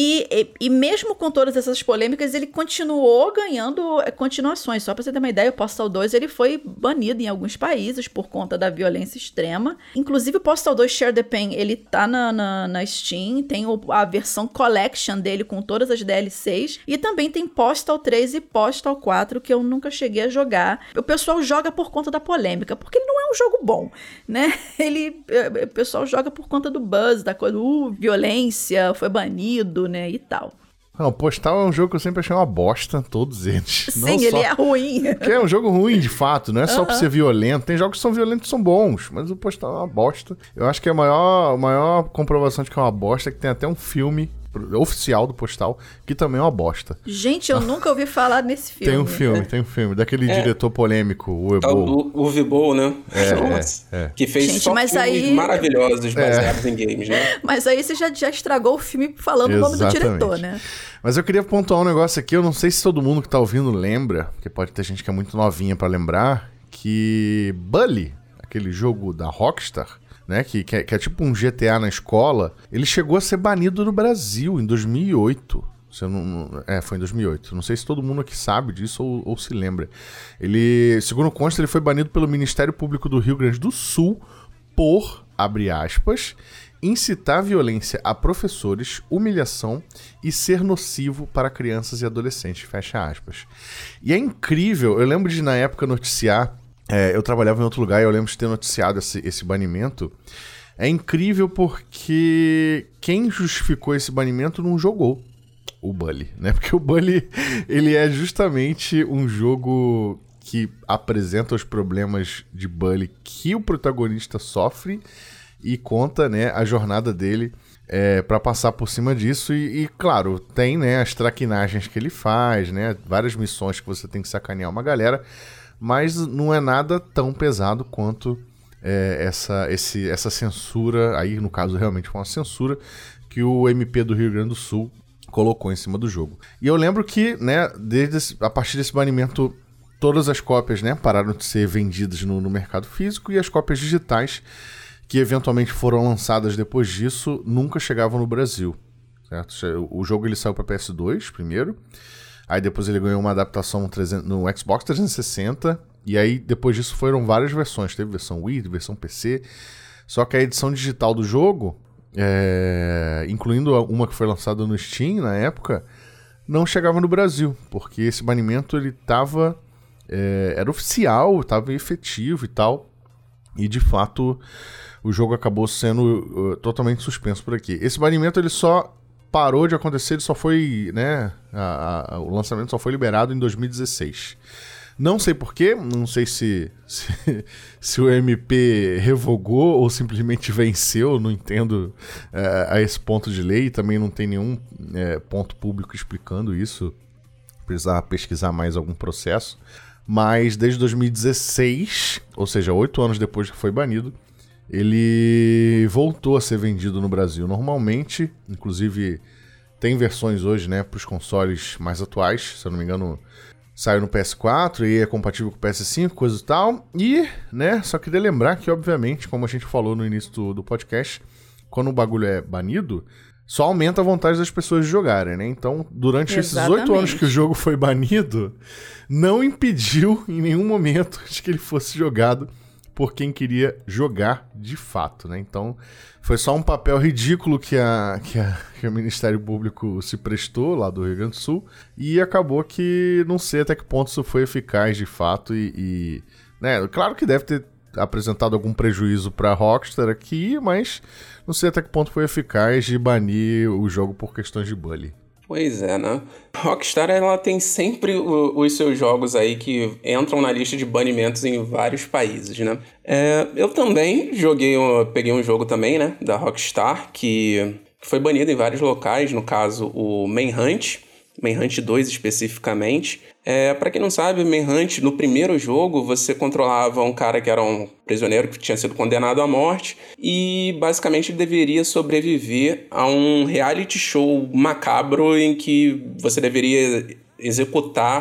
E mesmo com todas essas polêmicas, ele continuou ganhando continuações. Só pra você ter uma ideia, o Postal 2 ele foi banido em alguns países por conta da violência extrema. Inclusive, o Postal 2 Share the Pain, ele tá na Steam, tem a versão Collection dele com todas as DLCs. E também tem Postal 3 e Postal 4, que eu nunca cheguei a jogar. O pessoal joga por conta da polêmica, porque ele não é um jogo bom, né? O pessoal joga por conta do buzz, da coisa, violência, foi banido, né, e tal. Não, Postal é um jogo que eu sempre achei uma bosta, todos eles. Sim, ele é ruim. Que é um jogo ruim, de fato, não é só por ser violento. Tem jogos que são violentos e são bons, mas o Postal é uma bosta. Eu acho que a maior comprovação de que é uma bosta é que tem até um filme oficial do Postal, que também é uma bosta. Gente, eu nunca ouvi falar nesse filme. Tem um filme, daquele diretor polêmico, o Ebol. O Vibol, né? Que fez filmes maravilhosos baseados em games, né? Mas aí você já estragou o filme falando o nome do diretor, né? Mas eu queria pontuar um negócio aqui, eu não sei se todo mundo que tá ouvindo lembra, porque pode ter gente que é muito novinha pra lembrar, que Bully, aquele jogo da Rockstar, né, que é tipo um GTA na escola, ele chegou a ser banido no Brasil em 2008. Foi em 2008. Não sei se todo mundo aqui sabe disso ou se lembra. Ele, segundo consta, ele foi banido pelo Ministério Público do Rio Grande do Sul por, abre aspas, incitar violência a professores, humilhação e ser nocivo para crianças e adolescentes, fecha aspas. E é incrível, eu lembro de na época noticiar, eu trabalhava em outro lugar e eu lembro de ter noticiado esse banimento. É incrível porque quem justificou esse banimento não jogou o Bully, né? Porque o Bully, ele é justamente um jogo que apresenta os problemas de bullying que o protagonista sofre e conta, né, a jornada dele para passar por cima disso. E claro, tem, né, as traquinagens que ele faz, né? Várias missões que você tem que sacanear uma galera. Mas não é nada tão pesado quanto essa censura, aí no caso realmente foi uma censura, que o MP do Rio Grande do Sul colocou em cima do jogo. E eu lembro que, né, a partir desse banimento, todas as cópias, né, pararam de ser vendidas no mercado físico e as cópias digitais, que eventualmente foram lançadas depois disso, nunca chegavam no Brasil. Certo? O jogo ele saiu para PS2 primeiro. Aí depois ele ganhou uma adaptação no Xbox 360. E aí depois disso foram várias versões. Teve versão Wii, versão PC. Só que a edição digital do jogo, incluindo uma que foi lançada no Steam na época, não chegava no Brasil. Porque esse banimento ele era oficial, estava efetivo e tal. E de fato o jogo acabou sendo totalmente suspenso por aqui. Esse banimento ele só parou de acontecer, ele só foi, né, o lançamento só foi liberado em 2016. Não sei porquê, não sei se o MP revogou ou simplesmente venceu, não entendo a esse ponto de lei, também não tem nenhum ponto público explicando isso, precisar pesquisar mais algum processo, mas desde 2016, ou seja, 8 anos depois que foi banido, ele voltou a ser vendido no Brasil normalmente, inclusive tem versões hoje, né, para os consoles mais atuais, se eu não me engano, saiu no PS4 e é compatível com o PS5, coisa e tal, e, né, só queria lembrar que, obviamente, como a gente falou no início do podcast, quando o bagulho é banido, só aumenta a vontade das pessoas de jogarem, né, então, durante esses 8 anos que o jogo foi banido, não impediu em nenhum momento de que ele fosse jogado por quem queria jogar de fato, né? Então, foi só um papel ridículo que o Ministério Público se prestou lá do Rio Grande do Sul e acabou que não sei até que ponto isso foi eficaz de fato né? Claro que deve ter apresentado algum prejuízo para a Rockstar aqui, mas não sei até que ponto foi eficaz de banir o jogo por questões de bullying. Pois é, né? Rockstar, ela tem sempre os seus jogos aí que entram na lista de banimentos em vários países, né? Eu também peguei um jogo também, né, da Rockstar, que foi banido em vários locais, no caso o Manhunt 2 especificamente. Pra quem não sabe, o Manhunt, no primeiro jogo, você controlava um cara que era um prisioneiro que tinha sido condenado à morte e basicamente deveria sobreviver a um reality show macabro em que você deveria executar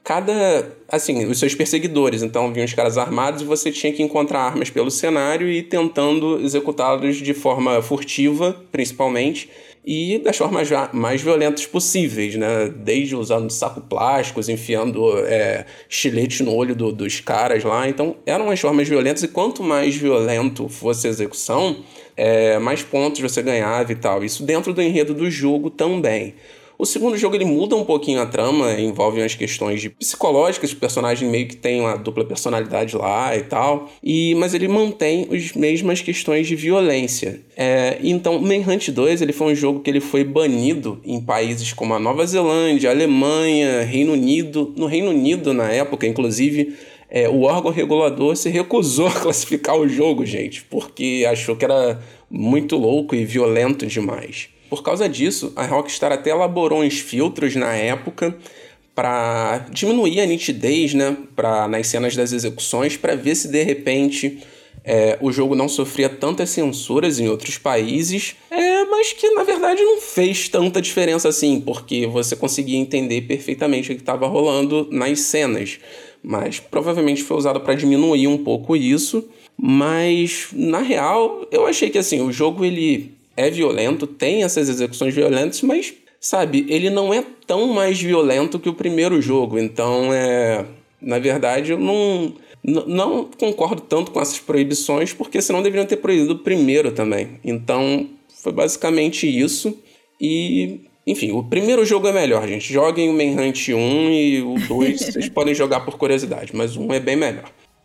assim, os seus perseguidores. Então, vinham os caras armados e você tinha que encontrar armas pelo cenário e ir tentando executá-los de forma furtiva, principalmente, e das formas mais violentas possíveis, né? Desde usando saco plásticos, enfiando estilete no olho dos caras lá. Então, eram as formas violentas, e quanto mais violento fosse a execução, mais pontos você ganhava e tal. Isso dentro do enredo do jogo também. O segundo jogo ele muda um pouquinho a trama, envolve umas questões psicológicas, o personagem meio que tem uma dupla personalidade lá e tal, mas ele mantém as mesmas questões de violência. Então, Manhunt 2 ele foi um jogo que ele foi banido em países como a Nova Zelândia, Alemanha, Reino Unido. No Reino Unido, na época, inclusive, o órgão regulador se recusou a classificar o jogo, gente, porque achou que era muito louco e violento demais. Por causa disso, a Rockstar até elaborou uns filtros na época para diminuir a nitidez, né, nas cenas das execuções, para ver se de repente o jogo não sofria tantas censuras em outros países, mas que na verdade não fez tanta diferença assim, porque você conseguia entender perfeitamente o que estava rolando nas cenas. Mas provavelmente foi usado para diminuir um pouco isso. Mas na real, eu achei que assim, o jogo ele é violento, tem essas execuções violentas, mas, sabe, ele não é tão mais violento que o primeiro jogo. Então, na verdade, eu não concordo tanto com essas proibições, porque senão deveriam ter proibido o primeiro também. Então, foi basicamente isso. E, enfim, o primeiro jogo é melhor, gente. Joguem o Manhunt 1 e o 2 vocês podem jogar por curiosidade, mas o 1 é bem melhor.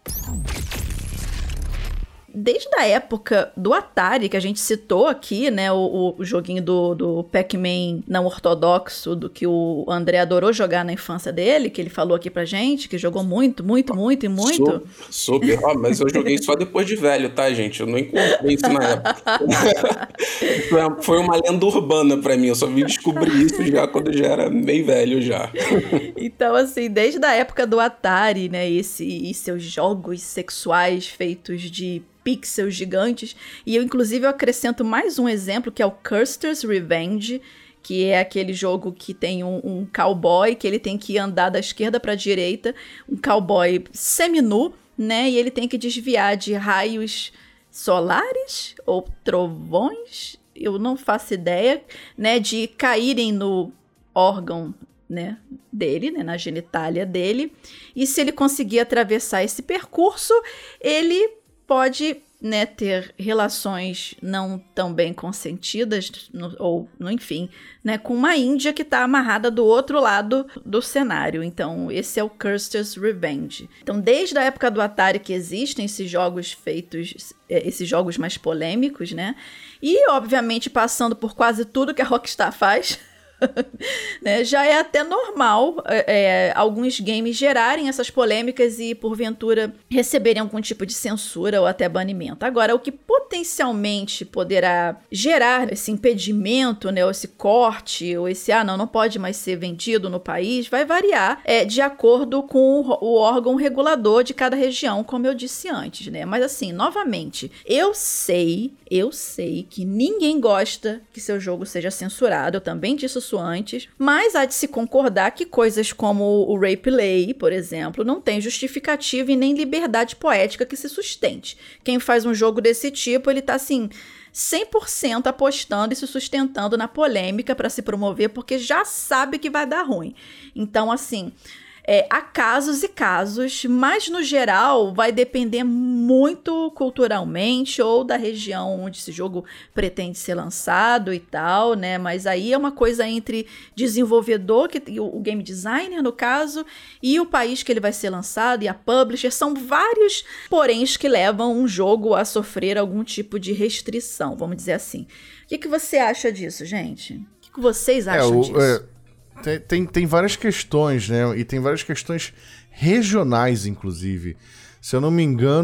Desde a época do Atari, que a gente citou aqui, né, o joguinho do Pac-Man não ortodoxo, do que o André adorou jogar na infância dele, que ele falou aqui pra gente, que jogou muito. Super, mas eu joguei só depois de velho, tá, gente? Eu não encontrei isso na época. Foi uma lenda urbana pra mim, eu só vim descobrir isso já quando eu já era bem velho já. Então, assim, desde a época do Atari, né, e seus jogos sexuais feitos de pixels gigantes, e eu inclusive acrescento mais um exemplo, que é o Custer's Revenge, que é aquele jogo que tem um cowboy, que ele tem que andar da esquerda para a direita, um cowboy seminu, né, e ele tem que desviar de raios solares ou trovões, eu não faço ideia, né, de caírem no órgão, né, dele, né, na genitália dele, e se ele conseguir atravessar esse percurso, ele pode, né, ter relações não tão bem consentidas, enfim, né, com uma índia que está amarrada do outro lado do cenário. Então, esse é o Custer's Revenge. Então, desde a época do Atari que existem esses jogos feitos, esses jogos mais polêmicos, né, e, obviamente, passando por quase tudo que a Rockstar faz, né, já é até normal alguns games gerarem essas polêmicas e, porventura, receberem algum tipo de censura ou até banimento. Agora, o que potencialmente poderá gerar esse impedimento, né, ou esse corte, ou esse, não pode mais ser vendido no país, vai variar de acordo com o órgão regulador de cada região, como eu disse antes, né? Mas assim, novamente, eu sei que ninguém gosta que seu jogo seja censurado, eu também disse isso antes, mas há de se concordar que coisas como o Rapeplay, por exemplo, não tem justificativa e nem liberdade poética que se sustente. Quem faz um jogo desse tipo, ele tá assim 100% apostando e se sustentando na polêmica para se promover, porque já sabe que vai dar ruim. Então, assim, há casos e casos, mas no geral vai depender muito culturalmente ou da região onde esse jogo pretende ser lançado e tal, né? Mas aí é uma coisa entre desenvolvedor, o game designer no caso, e o país que ele vai ser lançado e a publisher. São vários poréns que levam um jogo a sofrer algum tipo de restrição, vamos dizer assim. O que você acha disso, gente? O que vocês acham disso? Tem várias questões, né? E tem várias questões regionais, inclusive. Se eu não me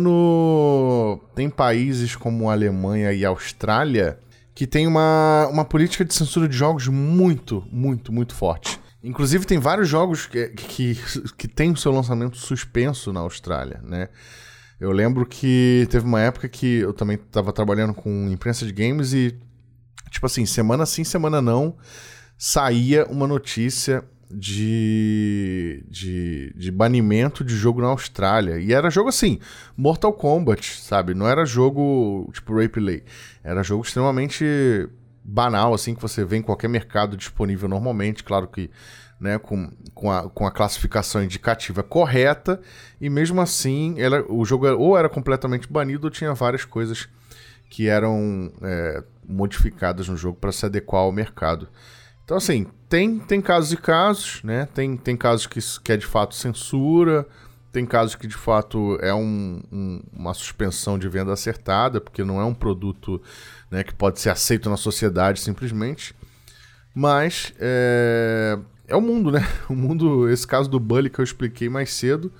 engano, tem países como a Alemanha e a Austrália que tem uma política de censura de jogos muito, muito, muito forte. Inclusive, tem vários jogos que têm o seu lançamento suspenso na Austrália, né? Eu lembro que teve uma época que eu também estava trabalhando com imprensa de games e, tipo assim, semana sim, semana não, saía uma notícia de banimento de jogo na Austrália. E era jogo assim, Mortal Kombat, sabe? Não era jogo tipo Replay. Era jogo extremamente banal, assim, que você vê em qualquer mercado disponível normalmente. Claro que, né, com a classificação indicativa correta. E mesmo assim, o jogo ou era completamente banido ou tinha várias coisas que eram modificadas no jogo para se adequar ao mercado. Então, assim, tem casos e casos, né? Tem casos que é de fato censura, tem casos que de fato é uma suspensão de venda acertada, porque não é um produto, né, que pode ser aceito na sociedade simplesmente. Mas é o mundo, né? O mundo, esse caso do Bully que eu expliquei mais cedo,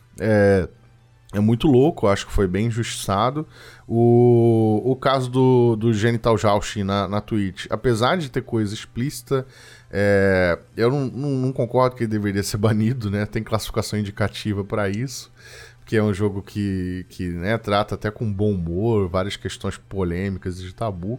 é muito louco, acho que foi bem injustiçado. O caso do Genital Jousting na Twitch, apesar de ter coisa explícita, eu não concordo que ele deveria ser banido, né? Tem classificação indicativa para isso, porque é um jogo que né, trata até com bom humor, várias questões polêmicas e de tabu,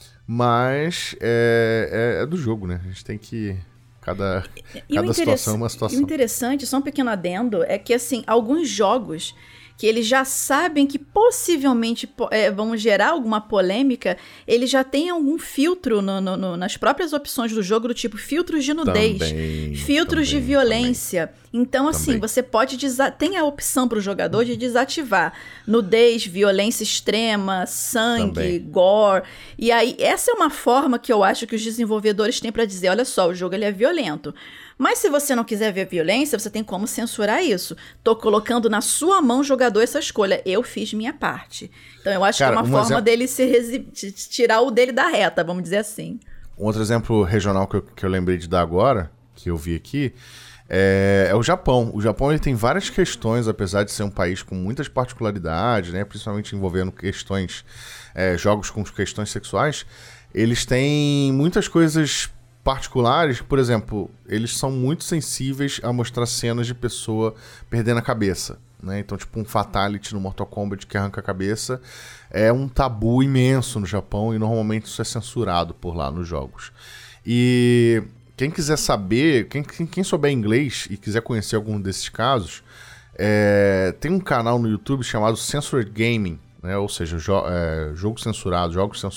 mas é do jogo, né? A gente tem que... Cada situação é uma situação. E o interessante, só um pequeno adendo, é que, assim, alguns jogos que eles já sabem que possivelmente vão gerar alguma polêmica, eles já têm algum filtro nas próprias opções do jogo, do tipo filtros de nudez, filtros de violência. Então, assim, você pode tem a opção para o jogador de desativar nudez, violência extrema, sangue, gore. E aí, essa é uma forma que eu acho que os desenvolvedores têm para dizer, olha só, o jogo ele é violento. Mas se você não quiser ver violência, você tem como censurar isso. Tô colocando na sua mão, jogador, essa escolha. Eu fiz minha parte. Então eu acho que é uma forma dele tirar o dele da reta, vamos dizer assim. Um outro exemplo regional que eu lembrei de dar agora, que eu vi aqui, é o Japão. O Japão ele tem várias questões, apesar de ser um país com muitas particularidades, né, principalmente envolvendo questões, jogos com questões sexuais. Eles têm muitas coisas particulares, por exemplo, eles são muito sensíveis a mostrar cenas de pessoa perdendo a cabeça, né? Então, tipo, um fatality no Mortal Kombat que arranca a cabeça é um tabu imenso no Japão e normalmente isso é censurado por lá nos jogos. E quem quiser saber, quem souber inglês e quiser conhecer algum desses casos, tem um canal no YouTube chamado Censored Gaming, né? Ou seja, jogos censurados,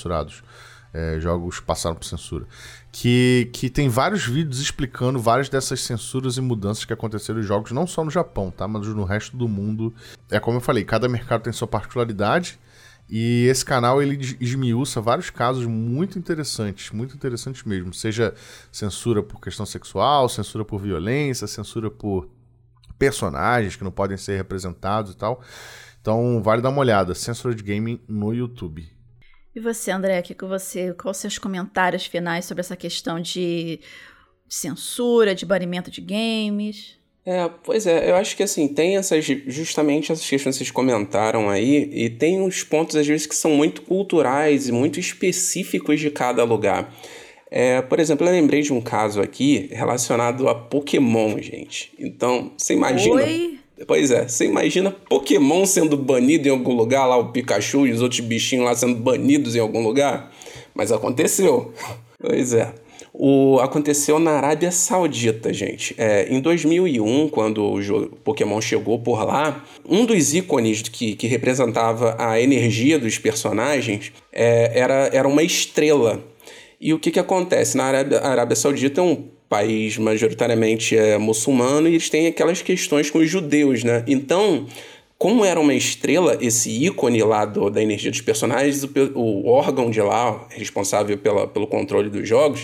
jogos passaram por censura. Que tem vários vídeos explicando várias dessas censuras e mudanças que aconteceram em jogos, não só no Japão, tá? Mas no resto do mundo. É como eu falei, cada mercado tem sua particularidade. E esse canal, ele esmiuça vários casos muito interessantes mesmo. Seja censura por questão sexual, censura por violência, censura por personagens que não podem ser representados e tal. Então, vale dar uma olhada. Censored Gaming no YouTube. E você, André, quais os seus comentários finais sobre essa questão de censura, de banimento de games? Pois é, eu acho que assim, tem justamente essas questões que vocês comentaram aí, e tem uns pontos às vezes que são muito culturais e muito específicos de cada lugar. Por exemplo, eu lembrei de um caso aqui relacionado a Pokémon, gente. Então, você imagina... Oi? Pois é, você imagina Pokémon sendo banido em algum lugar, lá o Pikachu e os outros bichinhos lá sendo banidos em algum lugar? Mas aconteceu. Pois é. Aconteceu na Arábia Saudita, gente. Em 2001, quando o Pokémon chegou por lá, um dos ícones que representava a energia dos personagens era uma estrela. E o que acontece? Na Arábia Saudita é um país majoritariamente muçulmano e eles têm aquelas questões com os judeus, né? Então, como era uma estrela, esse ícone lá da energia dos personagens, o órgão de lá, responsável pelo controle dos jogos,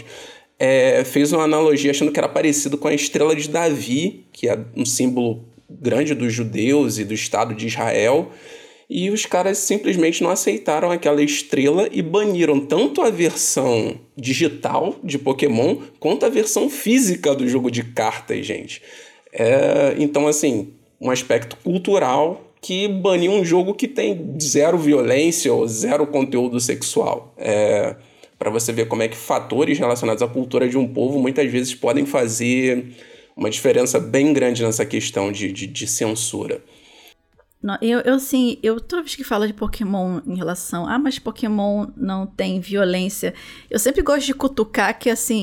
fez uma analogia achando que era parecido com a estrela de Davi, que é um símbolo grande dos judeus e do Estado de Israel. E os caras simplesmente não aceitaram aquela estrela e baniram tanto a versão digital de Pokémon quanto a versão física do jogo de cartas, gente. Então, assim, um aspecto cultural que baniu um jogo que tem zero violência ou zero conteúdo sexual. Para você ver como é que fatores relacionados à cultura de um povo muitas vezes podem fazer uma diferença bem grande nessa questão de censura. Eu toda vez que falo de Pokémon em relação... mas Pokémon não tem violência. Eu sempre gosto de cutucar que, assim...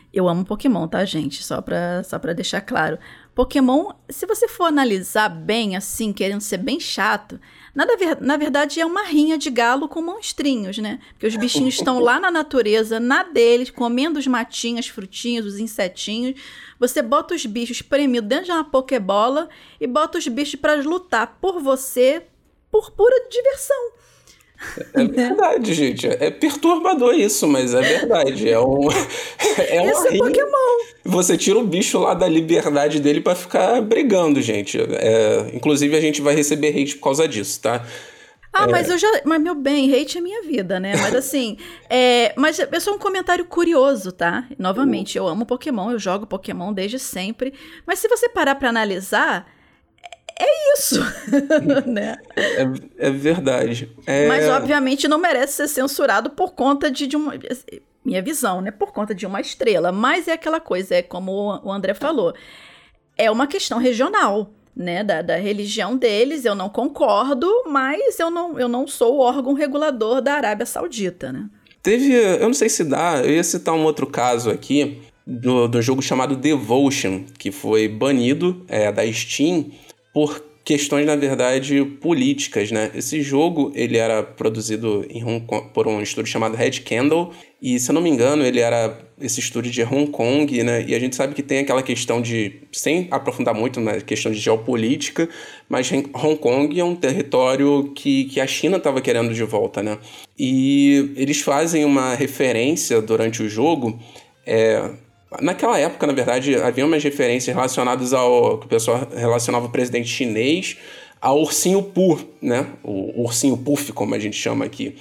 Eu amo Pokémon, tá, gente? Só pra deixar claro. Pokémon, se você for analisar bem, assim, querendo ser bem chato, na verdade é uma rinha de galo com monstrinhos, né? Porque os bichinhos estão lá na natureza, na deles, comendo os matinhos, as frutinhas, os insetinhos. Você bota os bichos premidos dentro de uma Pokébola e bota os bichos pra lutar por você, por pura diversão. É verdade, gente. É perturbador isso, mas é verdade. É uma Esse é Pokémon. Você tira o bicho lá da liberdade dele pra ficar brigando, gente. Inclusive, a gente vai receber hate por causa disso, tá? Mas, meu bem, hate é minha vida, né? Mas assim, mas é só um comentário curioso, tá? Novamente, eu amo Pokémon, eu jogo Pokémon desde sempre. Mas se você parar pra analisar, é isso, né? É verdade. Mas, obviamente, não merece ser censurado por conta de uma... Minha visão, né? Por conta de uma estrela. Mas é aquela coisa, é como o André falou. É uma questão regional, né? Da religião deles, eu não concordo, mas eu não sou o órgão regulador da Arábia Saudita, né? Eu não sei se dá, eu ia citar um outro caso aqui, do jogo chamado Devotion, que foi banido da Steam por questões, na verdade, políticas, né? Esse jogo, ele era produzido por um estúdio chamado Red Candle, e, se eu não me engano, ele era esse estúdio de Hong Kong, né? E a gente sabe que tem aquela questão de, sem aprofundar muito na questão de geopolítica, mas Hong Kong é um território que a China estava querendo de volta, né? E eles fazem uma referência durante o jogo, naquela época, na verdade, havia umas referências relacionadas ao que o pessoal relacionava o presidente chinês ao ursinho Pooh, né? O ursinho Puff, como a gente chama aqui.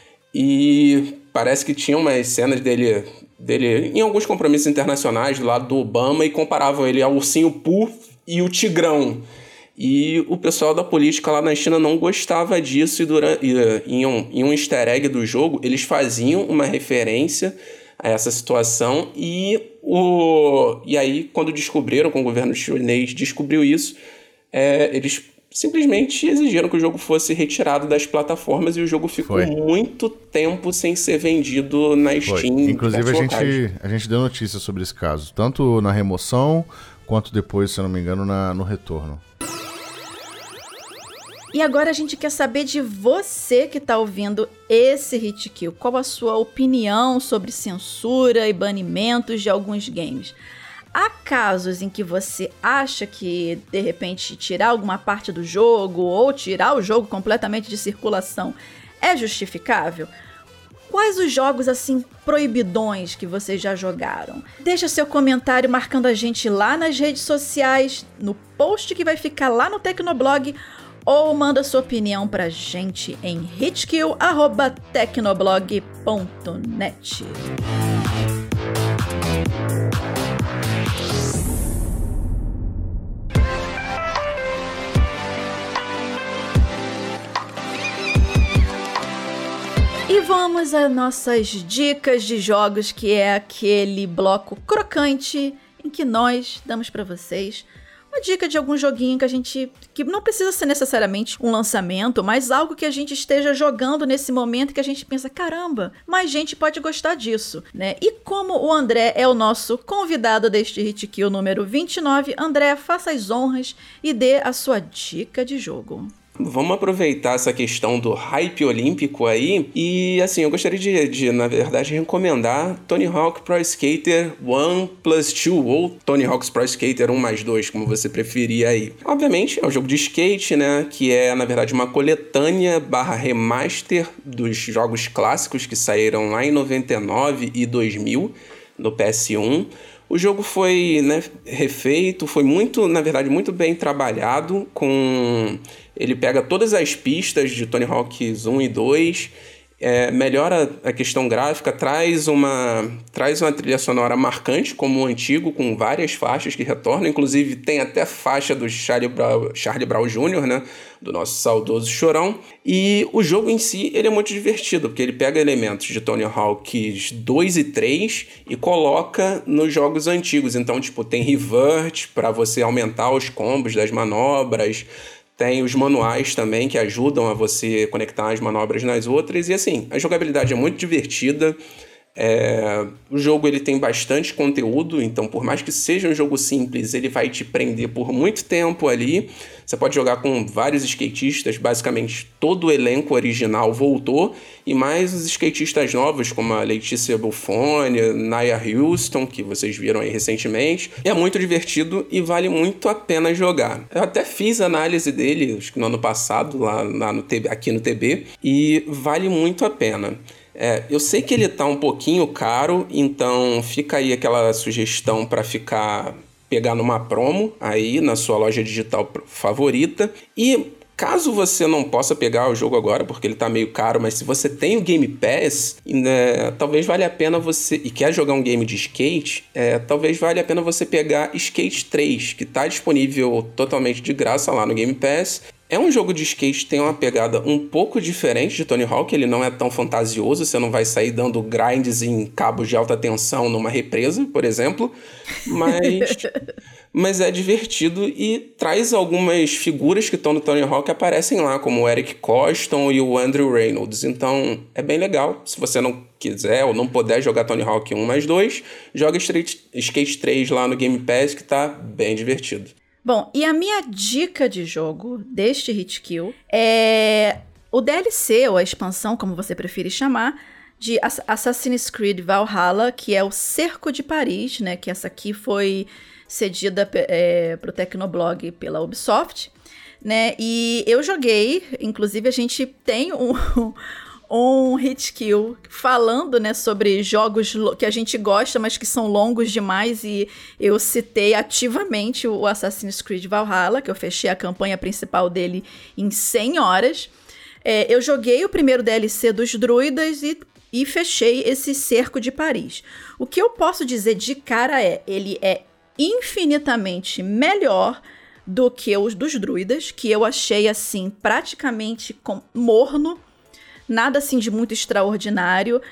E parece que tinha umas cenas dele em alguns compromissos internacionais do lado do Obama e comparavam ele ao ursinho Pooh e o Tigrão. E o pessoal da política lá na China não gostava disso e em um easter egg do jogo, eles faziam uma referência a essa situação e aí, quando descobriram, quando o governo chinês descobriu isso, eles simplesmente exigiram que o jogo fosse retirado das plataformas e o jogo ficou muito tempo sem ser vendido na Steam. Inclusive, a gente deu notícias sobre esse caso, tanto na remoção, quanto depois, se eu não me engano, no retorno. E agora a gente quer saber de você que está ouvindo esse Hit Kill. Qual a sua opinião sobre censura e banimentos de alguns games? Há casos em que você acha que, de repente, tirar alguma parte do jogo ou tirar o jogo completamente de circulação é justificável? Quais os jogos, assim, proibidões que vocês já jogaram? Deixa seu comentário marcando a gente lá nas redes sociais, no post que vai ficar lá no Tecnoblog, ou manda sua opinião pra gente em hitkill@tecnoblog.net. E vamos às nossas dicas de jogos, que é aquele bloco crocante em que nós damos pra vocês uma dica de algum joguinho que não precisa ser necessariamente um lançamento, mas algo que a gente esteja jogando nesse momento que a gente pensa, caramba, mais gente pode gostar disso, né? E como o André é o nosso convidado deste Hit Kill número 29, André, faça as honras e dê a sua dica de jogo. Vamos aproveitar essa questão do hype olímpico aí e, assim, eu gostaria de na verdade, recomendar Tony Hawk Pro Skater 1+2 ou Tony Hawk's Pro Skater 1+2, como você preferir aí. Obviamente, é um jogo de skate, né, que é, na verdade, uma coletânea / remaster dos jogos clássicos que saíram lá em 99 e 2000 no PS1. O jogo foi, né, refeito, foi muito, na verdade, muito bem trabalhado. Ele pega todas as pistas de Tony Hawk 1 e 2, melhora a questão gráfica, traz uma trilha sonora marcante, como o antigo, com várias faixas que retornam. Inclusive, tem até faixa do Charlie Brown Jr., né, do nosso saudoso Chorão. E o jogo em si, ele é muito divertido, porque ele pega elementos de Tony Hawk 2 e 3 e coloca nos jogos antigos. Então, tipo, tem revert para você aumentar os combos das manobras. Tem os manuais também que ajudam a você conectar as manobras nas outras. E assim, a jogabilidade é muito divertida. O jogo ele tem bastante conteúdo, então por mais que seja um jogo simples, ele vai te prender por muito tempo ali. Você pode jogar com vários skatistas, basicamente todo o elenco original voltou, e mais os skatistas novos, como a Letícia Buffoni, Naya Houston, que vocês viram aí recentemente. É muito divertido e vale muito a pena jogar. Eu até fiz análise dele, acho que no ano passado, aqui no TB, e vale muito a pena. Eu sei que ele tá um pouquinho caro, então fica aí aquela sugestão para pegar numa promo aí na sua loja digital favorita. E caso você não possa pegar o jogo agora, porque ele tá meio caro, mas se você tem o Game Pass, talvez valha a pena e quer jogar um game de skate, talvez valha a pena você pegar Skate 3, que tá disponível totalmente de graça lá no Game Pass. É um jogo de skate que tem uma pegada um pouco diferente de Tony Hawk, ele não é tão fantasioso, você não vai sair dando grinds em cabos de alta tensão numa represa, por exemplo, mas é divertido e traz algumas figuras que estão no Tony Hawk que aparecem lá, como o Eric Coston e o Andrew Reynolds, então é bem legal. Se você não quiser ou não puder jogar Tony Hawk 1 mais 2, joga Skate 3 lá no Game Pass, que tá bem divertido. Bom, e a minha dica de jogo deste Hit Kill é o DLC, ou a expansão, como você prefere chamar, de Assassin's Creed Valhalla, que é o Cerco de Paris, né? Que essa aqui foi cedida pro Tecnoblog pela Ubisoft, né? E eu joguei, inclusive a gente tem um Hit Kill falando, né, sobre jogos que a gente gosta, mas que são longos demais, e eu citei ativamente o Assassin's Creed Valhalla, que eu fechei a campanha principal dele em 100 horas. Eu joguei o primeiro DLC dos druidas e fechei esse Cerco de Paris. O que eu posso dizer de cara ele é infinitamente melhor do que os dos druidas, que eu achei, assim, praticamente morno. Nada assim de muito extraordinário.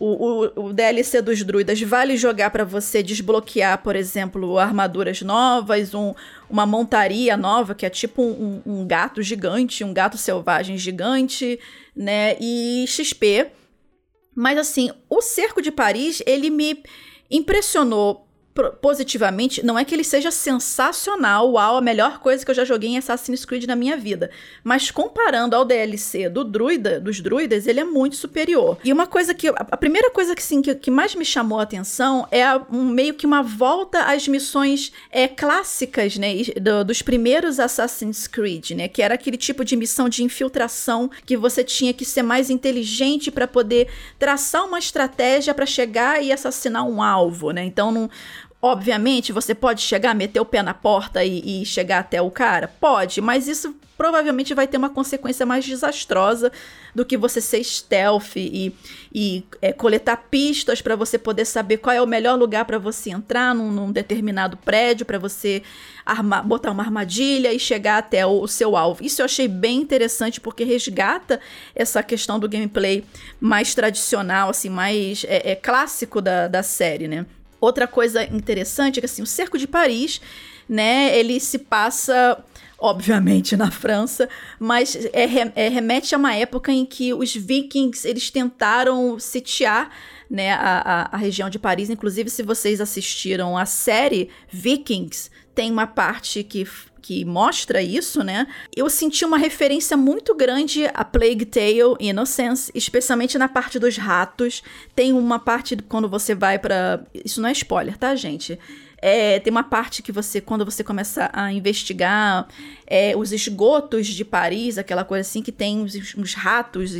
O DLC dos druidas vale jogar para você desbloquear, por exemplo, armaduras novas, uma montaria nova, que é tipo um gato gigante, um gato selvagem gigante, né? E XP. Mas assim, o Cerco de Paris, ele me impressionou positivamente. Não é que ele seja sensacional, uau, a melhor coisa que eu já joguei em Assassin's Creed na minha vida, mas comparando ao DLC dos druidas, ele é muito superior. E uma coisa a primeira coisa que mais me chamou a atenção é meio que uma volta às missões clássicas, né, dos primeiros Assassin's Creed, né, que era aquele tipo de missão de infiltração que você tinha que ser mais inteligente para poder traçar uma estratégia para chegar e assassinar um alvo, né? Então obviamente, você pode chegar, meter o pé na porta e chegar até o cara? Pode, mas isso provavelmente vai ter uma consequência mais desastrosa do que você ser stealth e coletar pistas para você poder saber qual é o melhor lugar para você entrar num determinado prédio, para você botar uma armadilha e chegar até o seu alvo. Isso eu achei bem interessante, porque resgata essa questão do gameplay mais tradicional, assim, mais clássico da série, né? Outra coisa interessante é que, assim, o Cerco de Paris, né, ele se passa, obviamente, na França, mas remete a uma época em que os vikings, eles tentaram sitiar, né, a região de Paris. Inclusive, se vocês assistiram a série Vikings, tem uma parte que mostra isso, né? Eu senti uma referência muito grande a Plague Tale Innocence, especialmente na parte dos ratos. Tem uma parte quando você vai pra... Isso não é spoiler, tá, gente? Tem uma parte que quando você começa a investigar os esgotos de Paris, aquela coisa assim, que tem uns ratos,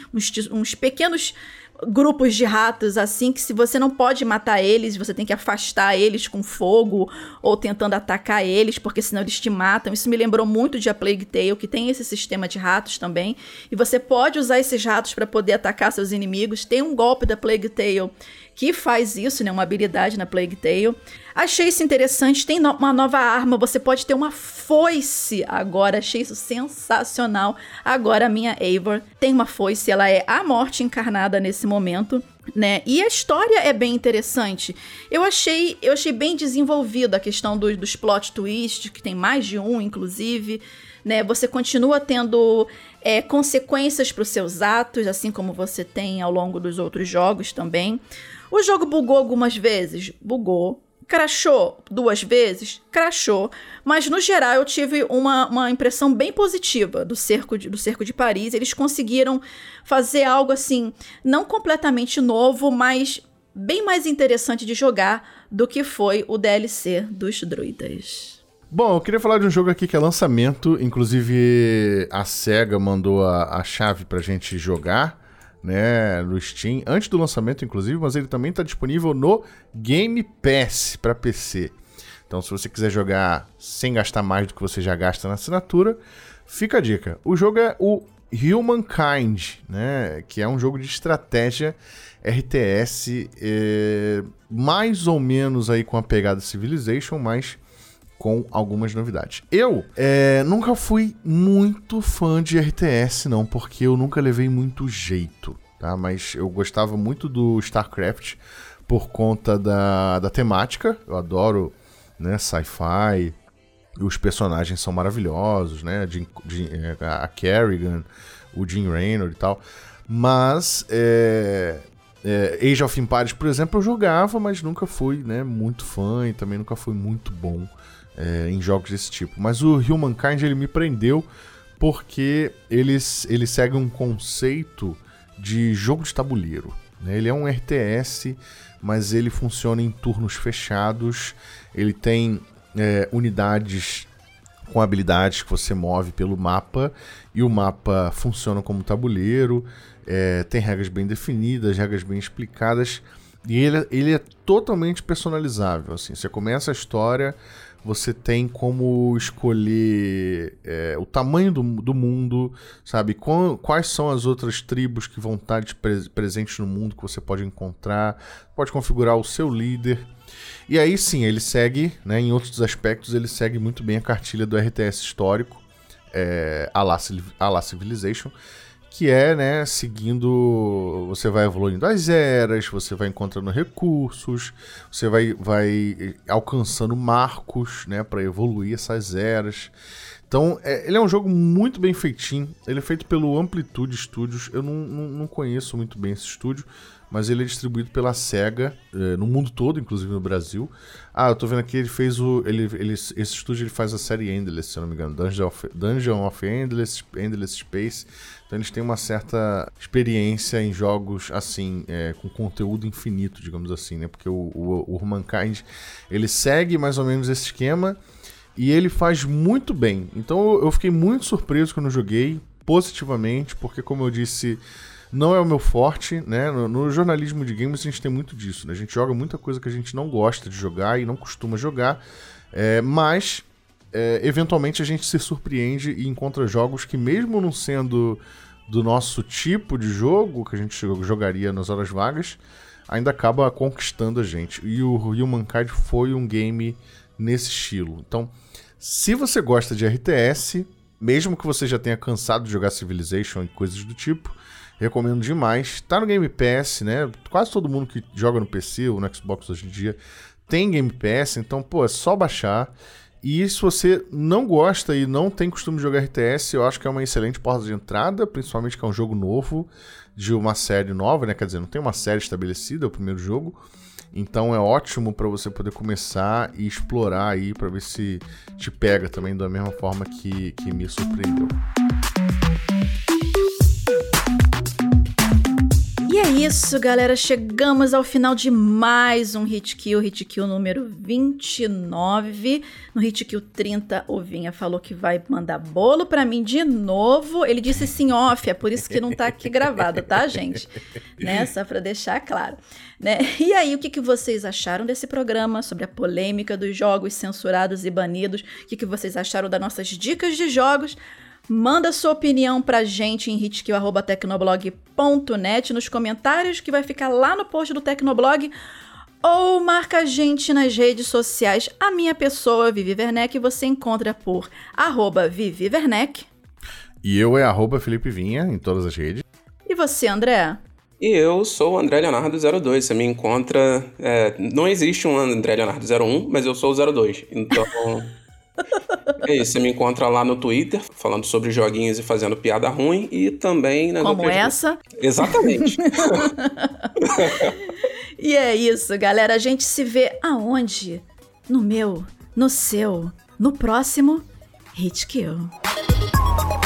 uns pequenos grupos de ratos, assim, que se você não pode matar eles, você tem que afastar eles com fogo ou tentando atacar eles, porque senão eles te matam. Isso me lembrou muito de A Plague Tale, que tem esse sistema de ratos também, e você pode usar esses ratos para poder atacar seus inimigos. Tem um golpe da Plague Tale que faz isso, né, uma habilidade na Plague Tale. Achei isso interessante, tem uma nova arma, você pode ter uma foice agora, achei isso sensacional. Agora a minha Eivor tem uma foice, ela é a morte encarnada nesse momento, né? E a história é bem interessante. Eu achei bem desenvolvida a questão dos plot twists, que tem mais de um, inclusive, né? Você continua tendo consequências para os seus atos, assim como você tem ao longo dos outros jogos também. O jogo bugou algumas vezes? Bugou. Crashou 2 vezes? Crashou. Mas, no geral, eu tive uma impressão bem positiva do Cerco de Paris. Eles conseguiram fazer algo, assim, não completamente novo, mas bem mais interessante de jogar do que foi o DLC dos druidas. Bom, eu queria falar de um jogo aqui que é lançamento. Inclusive, a SEGA mandou a chave pra gente jogar, né, no Steam, antes do lançamento, inclusive, mas ele também está disponível no Game Pass para PC. Então, se você quiser jogar sem gastar mais do que você já gasta na assinatura, fica a dica. O jogo é o Humankind, né, que é um jogo de estratégia RTS, mais ou menos aí com a pegada Civilization, mas com algumas novidades. Eu nunca fui muito fã de RTS, não, porque eu nunca levei muito jeito, tá? Mas eu gostava muito do StarCraft por conta da temática. Eu adoro, né, sci-fi, os personagens são maravilhosos, né? A Kerrigan, o Jim Raynor e tal. Mas Age of Empires, por exemplo, eu jogava, mas nunca fui, né, muito fã e também nunca fui muito bom em jogos desse tipo. Mas o Humankind, ele me prendeu porque ele segue um conceito de jogo de tabuleiro, né? Ele é um RTS, mas ele funciona em turnos fechados. Ele tem unidades com habilidades que você move pelo mapa, e o mapa funciona como tabuleiro. Tem regras bem definidas, regras bem explicadas, e ele é totalmente personalizável. Assim, você começa a história, você tem como escolher o tamanho do mundo, sabe? Quais são as outras tribos que vão estar presentes no mundo que você pode encontrar, pode configurar o seu líder. E aí sim, ele segue, né, em outros aspectos, ele segue muito bem a cartilha do RTS histórico, à la Civilization, que né, seguindo, você vai evoluindo as eras, você vai encontrando recursos, você vai alcançando marcos, né, para evoluir essas eras. Então, ele é um jogo muito bem feitinho. Ele é feito pelo Amplitude Studios. Eu não conheço muito bem esse estúdio, mas ele é distribuído pela SEGA no mundo todo, inclusive no Brasil. Eu tô vendo aqui, ele fez esse estúdio ele faz a série Endless, se eu não me engano, Dungeon of Endless Space. Então eles têm uma certa experiência em jogos assim, com conteúdo infinito, digamos assim, né? Porque o Humankind, ele segue mais ou menos esse esquema e ele faz muito bem. Então eu fiquei muito surpreso quando eu joguei, positivamente, porque, como eu disse, não é o meu forte, né? No jornalismo de games a gente tem muito disso, né? A gente joga muita coisa que a gente não gosta de jogar e não costuma jogar, mas eventualmente a gente se surpreende e encontra jogos que, mesmo não sendo do nosso tipo de jogo que a gente jogaria nas horas vagas, ainda acaba conquistando a gente. E o Humankind foi um game nesse estilo. Então, se você gosta de RTS, mesmo que você já tenha cansado de jogar Civilization e coisas do tipo, recomendo demais. Tá no Game Pass, né? Quase todo mundo que joga no PC ou no Xbox hoje em dia tem Game Pass, então, é só baixar. E se você não gosta e não tem costume de jogar RTS, eu acho que é uma excelente porta de entrada, principalmente que é um jogo novo, de uma série nova, né? Quer dizer, não tem uma série estabelecida, é o primeiro jogo. Então é ótimo para você poder começar e explorar aí, para ver se te pega também da mesma forma que me surpreendeu. E é isso, galera. Chegamos ao final de mais um Hit Kill número 29. No Hit Kill 30, o Vinha falou que vai mandar bolo pra mim de novo. Ele disse sim off, é por isso que não tá aqui gravado, tá, gente? Né? Só pra deixar claro. Né? E aí, o que vocês acharam desse programa, sobre a polêmica dos jogos censurados e banidos? O que vocês acharam das nossas dicas de jogos? Manda sua opinião pra gente em hitkill@tecnoblog.net nos comentários, que vai ficar lá no post do Tecnoblog, ou marca a gente nas redes sociais. A minha pessoa, Vivi Werneck, você encontra por @Vivi Werneck. E eu Felipe Vinha em todas as redes. E você, André? E eu sou o André Leonardo 02, você me encontra... não existe um André Leonardo 01, mas eu sou o 02, então... É isso, você me encontra lá no Twitter, falando sobre joguinhos e fazendo piada ruim, e também nas Como outras... essa? Exatamente. E é isso, galera. A gente se vê aonde? No meu, no seu, no próximo Hit Kill.